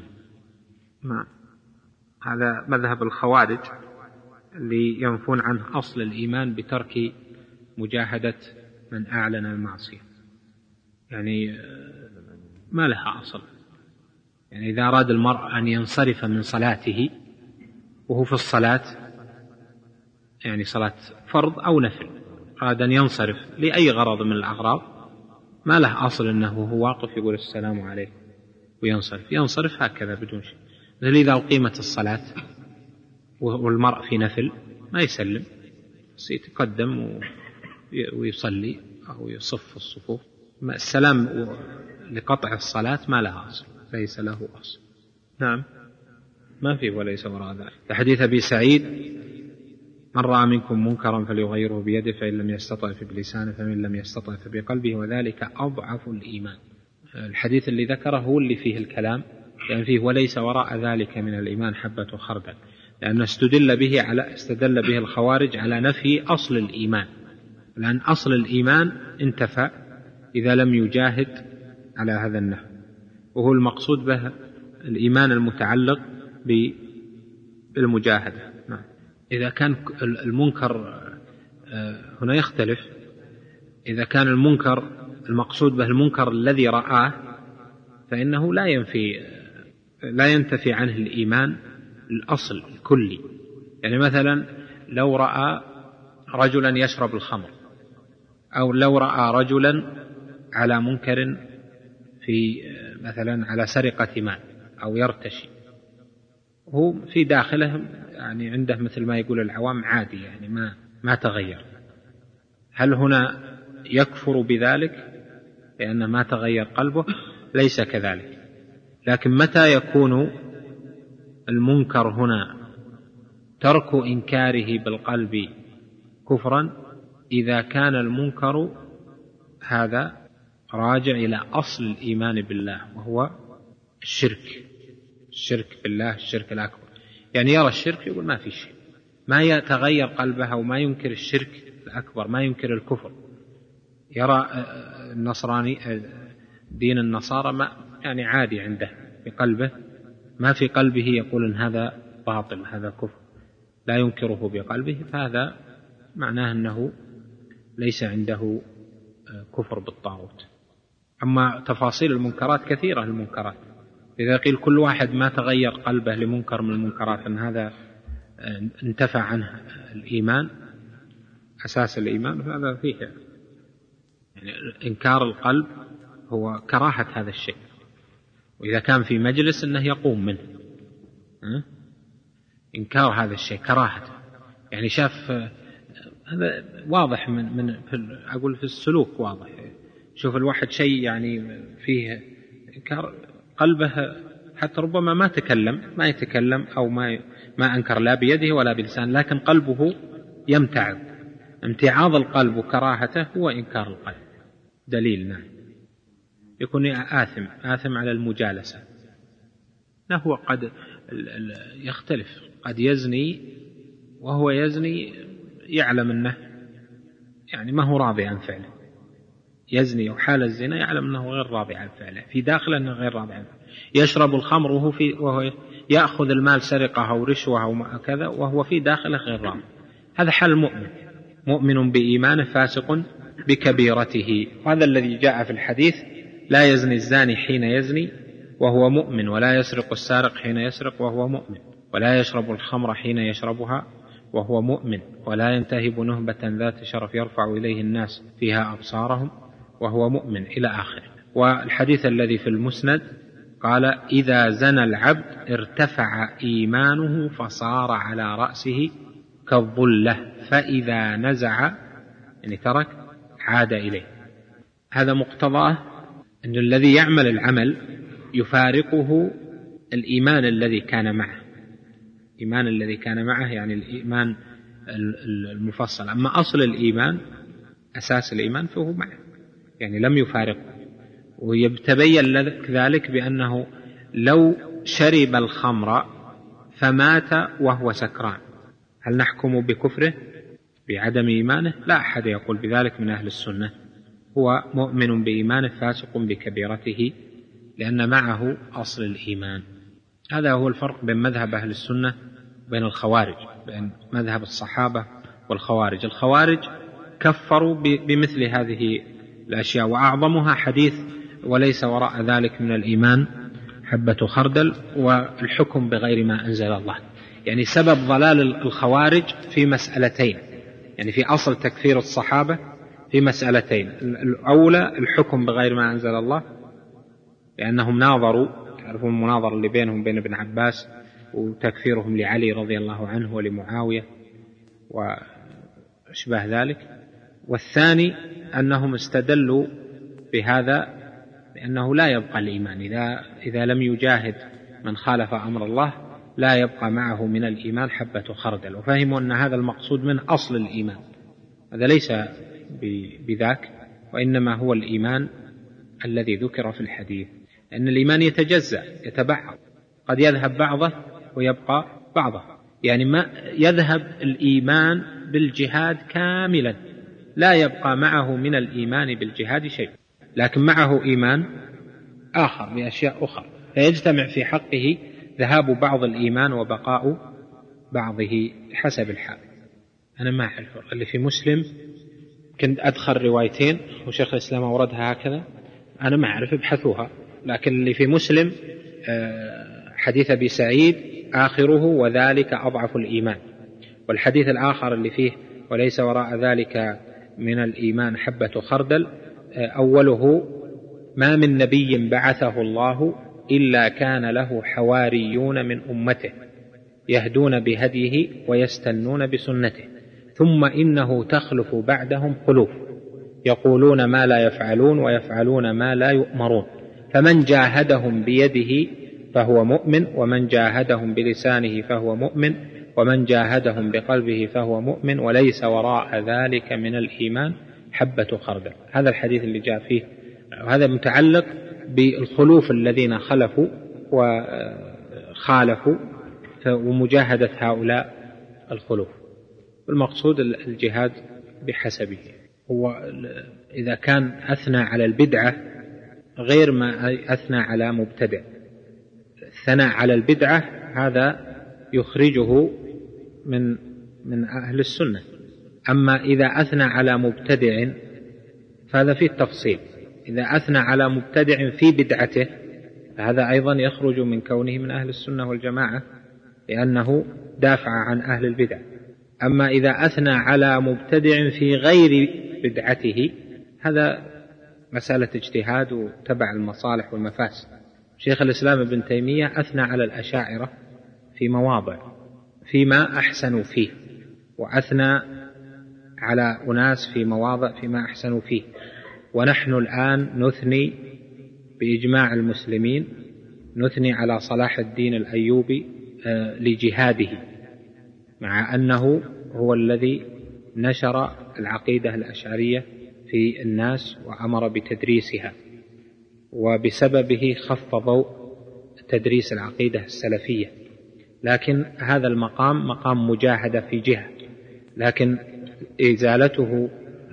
هذا مذهب الخوارج اللي ينفون عنه أصل الإيمان بترك مجاهدة من أعلن المعصية، يعني ما لها أصل. يعني إذا أراد المرء أن ينصرف من صلاته وهو في الصلاة، يعني صلاة فرض أو نفل، أراد أن ينصرف لأي غرض من الأغراض، ما له أصل أنه هو واقف يقول السلام عليكم وينصرف. ينصرف هكذا بدون شيء. مثل إذا أقيمت الصلاة والمرء في نفل ما يسلم، يتقدم ويصلي أو يصف الصفوف. السلام لقطع الصلاة ما لها أصل، ليس له أصل. نعم. ما فيه وليس وراء ذلك. حديث أبي سعيد: من رأى منكم منكرا فليغيره بيده، فإن لم يستطع فبلسانه، فمن لم يستطع فبقلبه، وذلك أضعف الإيمان. الحديث اللي ذكره هو اللي فيه الكلام، لأن يعني فيه وليس وراء ذلك من الإيمان حبة خردل، لأن استدل به على استدل به الخوارج على نفي أصل الإيمان، لأن أصل الإيمان انتفى إذا لم يجاهد على هذا النحو، وهو المقصود به الإيمان المتعلق بالمجاهدة. نعم. إذا كان المنكر هنا يختلف. إذا كان المنكر المقصود به المنكر الذي رآه، فإنه لا ينفي لا ينتفي عنه الإيمان الأصل الكلي. يعني مثلا لو رأى رجلا يشرب الخمر، أو لو رأى رجلا على منكر في مثلا على سرقة مال أو يرتشي، هو في داخله يعني عنده مثل ما يقول العوام عادي، يعني ما ما تغير، هل هنا يكفر بذلك لأن ما تغير قلبه؟ ليس كذلك. لكن متى يكون المنكر هنا ترك إنكاره بالقلب كفرا؟ إذا كان المنكر هذا راجع إلى أصل الإيمان بالله، وهو الشرك الشرك بالله، الشرك الأكبر. يعني يرى الشرك يقول ما في شيء، ما يتغير قلبه وما ينكر الشرك الأكبر، ما ينكر الكفر. يرى النصراني دين النصارى ما يعني عادي عنده في قلبه، ما في قلبه يقول إن هذا باطل هذا كفر، لا ينكره بقلبه، فهذا معناه أنه ليس عنده كفر بالطاغوت. أما تفاصيل المنكرات كثيرة، المنكرات إذا قيل كل واحد ما تغير قلبه لمنكر من المنكرات أن هذا انتفع عنه الإيمان، أساس الإيمان، فهذا فيه يعني إنكار القلب هو كراهة هذا الشيء، وإذا كان في مجلس أنه يقوم منه. أه؟ إنكار هذا الشيء كراهته، يعني شاف هذا واضح من من في أقول في السلوك واضح. شوف الواحد شيء يعني فيه إنكار قلبه، حتى ربما ما تكلم ما يتكلم أو ما ما أنكر لا بيده ولا بلسان، لكن قلبه يمتعض. امتعاض القلب وكراهته هو إنكار القلب، دليل نعم. يكون آثم آثم على المجالسة. لا هو قد يختلف، قد يزني وهو يزني يعلم أنه يعني ما هو راضي عن فعله، يزني وحال الزنا يعلم أنه غير راضي عن فعله، في داخله أنه غير راضي عن فعله. يشرب الخمر وهو, في وهو يأخذ المال سرقة أو رشوة أو كذا وهو في داخله غير راضي. هذا حال المؤمن، مؤمن بإيمانه فاسق بكبيرته. وهذا الذي جاء في الحديث: لا يزني الزاني حين يزني وهو مؤمن، ولا يسرق السارق حين يسرق وهو مؤمن، ولا يشرب الخمر حين يشربها وهو مؤمن، ولا ينتهب نهبة ذات شرف يرفع إليه الناس فيها أبصارهم وهو مؤمن، إلى آخره. والحديث الذي في المسند قال: إذا زنى العبد ارتفع إيمانه فصار على رأسه كالظلة، فإذا نزع يعني ترك عاد إليه. هذا مقتضاه أن الذي يعمل العمل يفارقه الإيمان الذي كان معه، الإيمان الذي كان معه يعني الإيمان المفصل. أما أصل الإيمان أساس الإيمان فهو معه، يعني لم يفارقه. ويتبين ذلك بأنه لو شرب الخمر فمات وهو سكران، هل نحكم بكفره بعدم إيمانه؟ لا أحد يقول بذلك من أهل السنة. هو مؤمن بإيمانه فاسق بكبيرته، لأن معه أصل الإيمان. هذا هو الفرق بين مذهب أهل السنة وبين الخوارج، بين مذهب الصحابة والخوارج. الخوارج كفروا بمثل هذه الأشياء، وأعظمها حديث: وليس وراء ذلك من الإيمان حبة خردل، والحكم بغير ما أنزل الله. يعني سبب ضلال الخوارج في مسألتين، يعني في أصل تكفير الصحابة في مسألتين: الأولى الحكم بغير ما أنزل الله، لأنهم ناظروا، تعرفون المناظرة اللي بينهم بين ابن عباس، وتكفيرهم لعلي رضي الله عنه ولمعاوية وأشبه ذلك. والثاني أنهم استدلوا بهذا لأنه لا يبقى الإيمان إذا, إذا لم يجاهد من خالف أمر الله، لا يبقى معه من الإيمان حبة خردل. وفهموا أن هذا المقصود من أصل الإيمان، هذا ليس بذاك، وإنما هو الإيمان الذي ذكر في الحديث. لأن الإيمان يتجزأ يتبعض، قد يذهب بعضه ويبقى بعضه. يعني ما يذهب الإيمان بالجهاد كاملا، لا يبقى معه من الإيمان بالجهاد شيء، لكن معه إيمان آخر بأشياء أخرى، فيجتمع في حقه ذهاب بعض الإيمان وبقاء بعضه حسب الحال. أنا ما أعرف اللي في مسلم، كنت أدخل روايتين وشيخ الإسلام أوردها هكذا، أنا ما أعرف، ابحثوها. لكن اللي في مسلم حديث أبي سعيد آخره: وذلك أضعف الإيمان. والحديث الآخر اللي فيه: وليس وراء ذلك من الإيمان حبة خردل، أوله: ما من نبي بعثه الله إلا كان له حواريون من أمته يهدون بهديه ويستنون بسنته، ثم إنه تخلف بعدهم خلوف يقولون ما لا يفعلون ويفعلون ما لا يؤمرون، فمن جاهدهم بيده فهو مؤمن، ومن جاهدهم بلسانه فهو مؤمن، ومن جاهدهم بقلبه فهو مؤمن، وليس وراء ذلك من الإيمان حبة خردل. هذا الحديث اللي جاء فيه، وهذا متعلق بالخلوف الذين خلفوا وخالفوا ومجاهدة هؤلاء الخلوف. المقصود الجهاد بحسبه. هو إذا كان أثنى على البدعة غير ما أثنى على مبتدع، الثناء على البدعة هذا يخرجه من من أهل السنة. أما إذا أثنى على مبتدع فهذا فيه التفصيل. إذا أثنى على مبتدع في بدعته فهذا أيضا يخرج من كونه من أهل السنة والجماعة، لأنه دافع عن أهل البدع. أما إذا أثنى على مبتدع في غير بدعته هذا مسألة اجتهاد وتبع المصالح والمفاسد. شيخ الإسلام ابن تيمية أثنى على الأشاعرة في مواضع فيما أحسنوا فيه، وأثنى على أناس في مواضع فيما أحسنوا فيه. ونحن الآن نثني بإجماع المسلمين، نثني على صلاح الدين الأيوبي لجهاده، مع أنه هو الذي نشر العقيدة الأشعرية في الناس وأمر بتدريسها، وبسببه خفضوا تدريس العقيدة السلفية. لكن هذا المقام مقام مجاهدة في جهة، لكن إزالته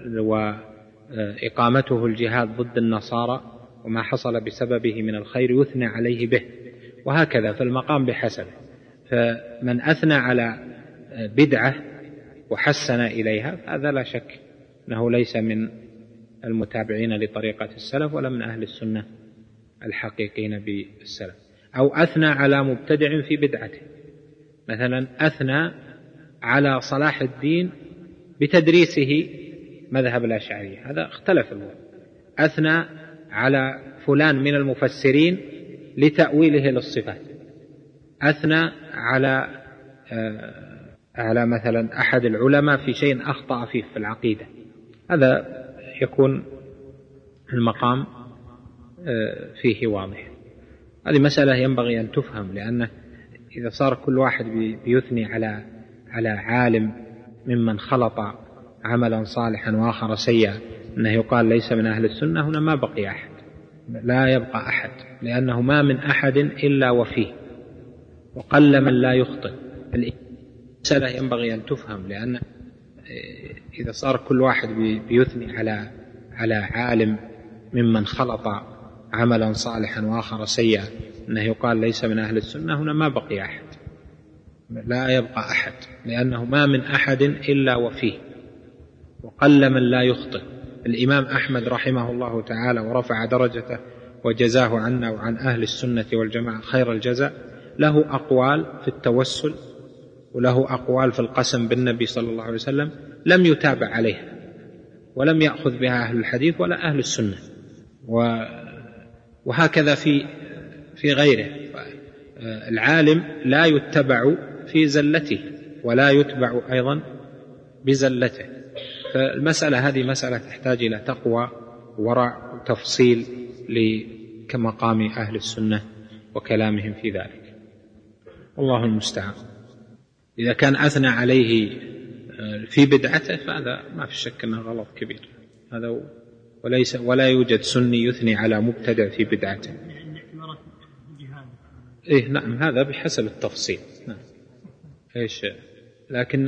وإقامته الجهاد ضد النصارى وما حصل بسببه من الخير يثنى عليه به، وهكذا فالمقام بحسبه. فمن أثنى على بدعة وحسن إليها هذا لا شك أنه ليس من المتابعين لطريقة السلف ولا من أهل السنة الحقيقين بالسلف. أو أثنى على مبتدع في بدعته، مثلا أثنى على صلاح الدين بتدريسه مذهب الأشعرية، هذا اختلف الوضع. أثنى على فلان من المفسرين لتأويله للصفات، أثنى على على مثلا أحد العلماء في شيء أخطأ فيه في العقيدة، هذا يكون المقام فيه واضح. هذه مسألة ينبغي أن تفهم، لأنه إذا صار كل واحد بيثني على على عالم ممن خلط عملا صالحا وآخر سيئا أنه يقال ليس من أهل السنة، هنا ما بقي أحد، لا يبقى أحد، لأنه ما من أحد إلا وفيه، وقل من لا يخطئ. المسألة ينبغي أن تفهم، لأن إذا صار كل واحد بيثني على على عالم ممن خلط عملا صالحا وآخر سيئا أنه يقال ليس من أهل السنة، هنا ما بقي أحد، لا يبقى أحد، لأنه ما من أحد إلا وفيه، وقل من لا يخطئ. الإمام أحمد رحمه الله تعالى ورفع درجته وجزاه عنا وعن أهل السنة والجماعة خير الجزاء، له أقوال في التوسل وله أقوال في القسم بالنبي صلى الله عليه وسلم لم يتابع عليها، ولم يأخذ بها أهل الحديث ولا أهل السنة، وهكذا في في غيره. العالم لا يتبع في زلته ولا يتبع أيضا بزلته. فالمسألة هذه مسألة تحتاج إلى تقوى ورع وتفصيل كمقام أهل السنة وكلامهم في ذلك، والله المستعان. إذا كان أثنى عليه في بدعته فهذا ما في شك أنه غلط كبير، هذا وليس ولا يوجد سني يثني على مبتدع في بدعته. إيه نعم، هذا بحسب التفصيل. نعم. إيش لكن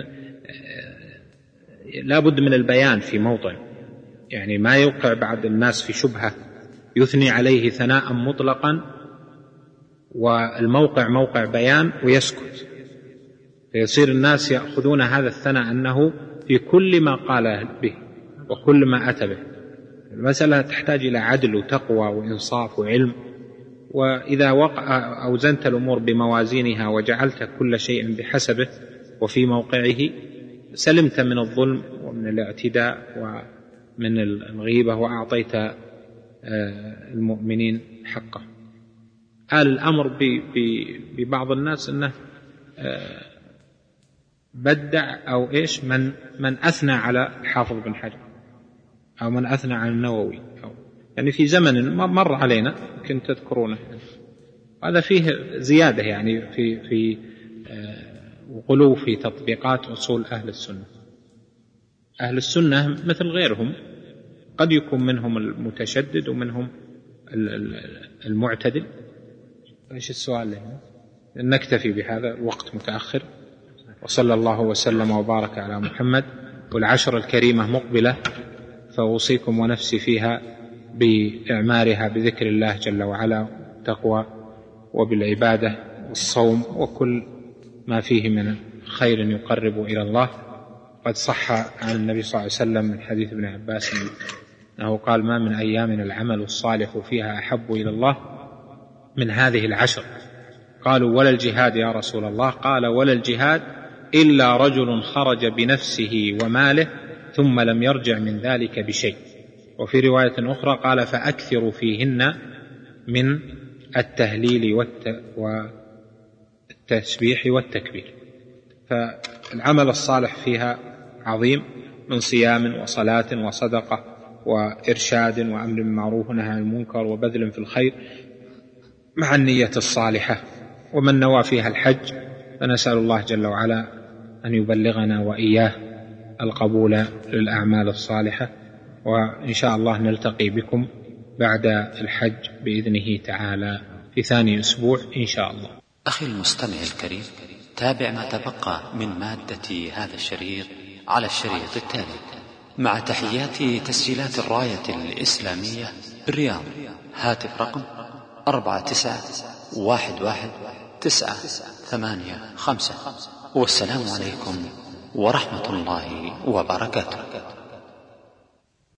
لا بد من البيان في موطن، يعني ما يوقع بعض الناس في شبهة يثني عليه ثناء مطلقا والموقع موقع بيان ويسكت، فيصير الناس يأخذون هذا الثناء أنه في كل ما قال به وكل ما أتى به. المسألة تحتاج إلى عدل وتقوى وإنصاف وعلم، وإذا وقع أوزنت الأمور بموازينها وجعلت كل شيء بحسبه وفي موقعه سلمت من الظلم ومن الاعتداء ومن الغيبة، وأعطيت المؤمنين حقه. آل الأمر ببعض الناس أنه بدع أو إيش من من أثنى على حافظ بن حجر أو من أثنى على النووي، أو يعني في زمن مر علينا يمكن تذكرونه، هذا فيه زيادة يعني في في غلو في تطبيقات أصول أهل السنة. أهل السنة مثل غيرهم، قد يكون منهم المتشدد ومنهم المعتدل. إيش السؤال هنا؟ نكتفي بهذا، الوقت متأخر. وصلى الله وسلم وبارك على محمد. والعشر الكريمة مقبلة، فأوصيكم ونفسي فيها بإعمارها بذكر الله جل وعلا، تقوى، وبالعبادة والصوم وكل ما فيه من خير يقرب إلى الله. قد صح عن النبي صلى الله عليه وسلم من حديث ابن عباس أنه قال: ما من أيام العمل الصالح فيها أحب إلى الله من هذه العشر. قالوا: ولا الجهاد يا رسول الله؟ قال: ولا الجهاد إلا رجل خرج بنفسه وماله ثم لم يرجع من ذلك بشيء. وفي رواية أخرى قال: فأكثروا فيهن من التهليل والتسبيح والتكبير. فالعمل الصالح فيها عظيم، من صيام وصلاة وصدقة وإرشاد وأمر بالمعروف ونهي عن المنكر وبذل في الخير مع النية الصالحة. ومن نوى فيها الحج فنسأل الله جل وعلا أن يبلغنا وإياه القبول للأعمال الصالحة. وإن شاء الله نلتقي بكم بعد الحج بإذنه تعالى في ثاني أسبوع إن شاء الله. أخي المستمع الكريم، تابع ما تبقى من مادة هذا الشريط على الشريط التالي، مع تحيات تسجيلات الراية الإسلامية بالرياض. هاتف رقم أربعة تسعة واحد واحد تسعة ثمانية خمسة. والسلام عليكم ورحمة الله وبركاته.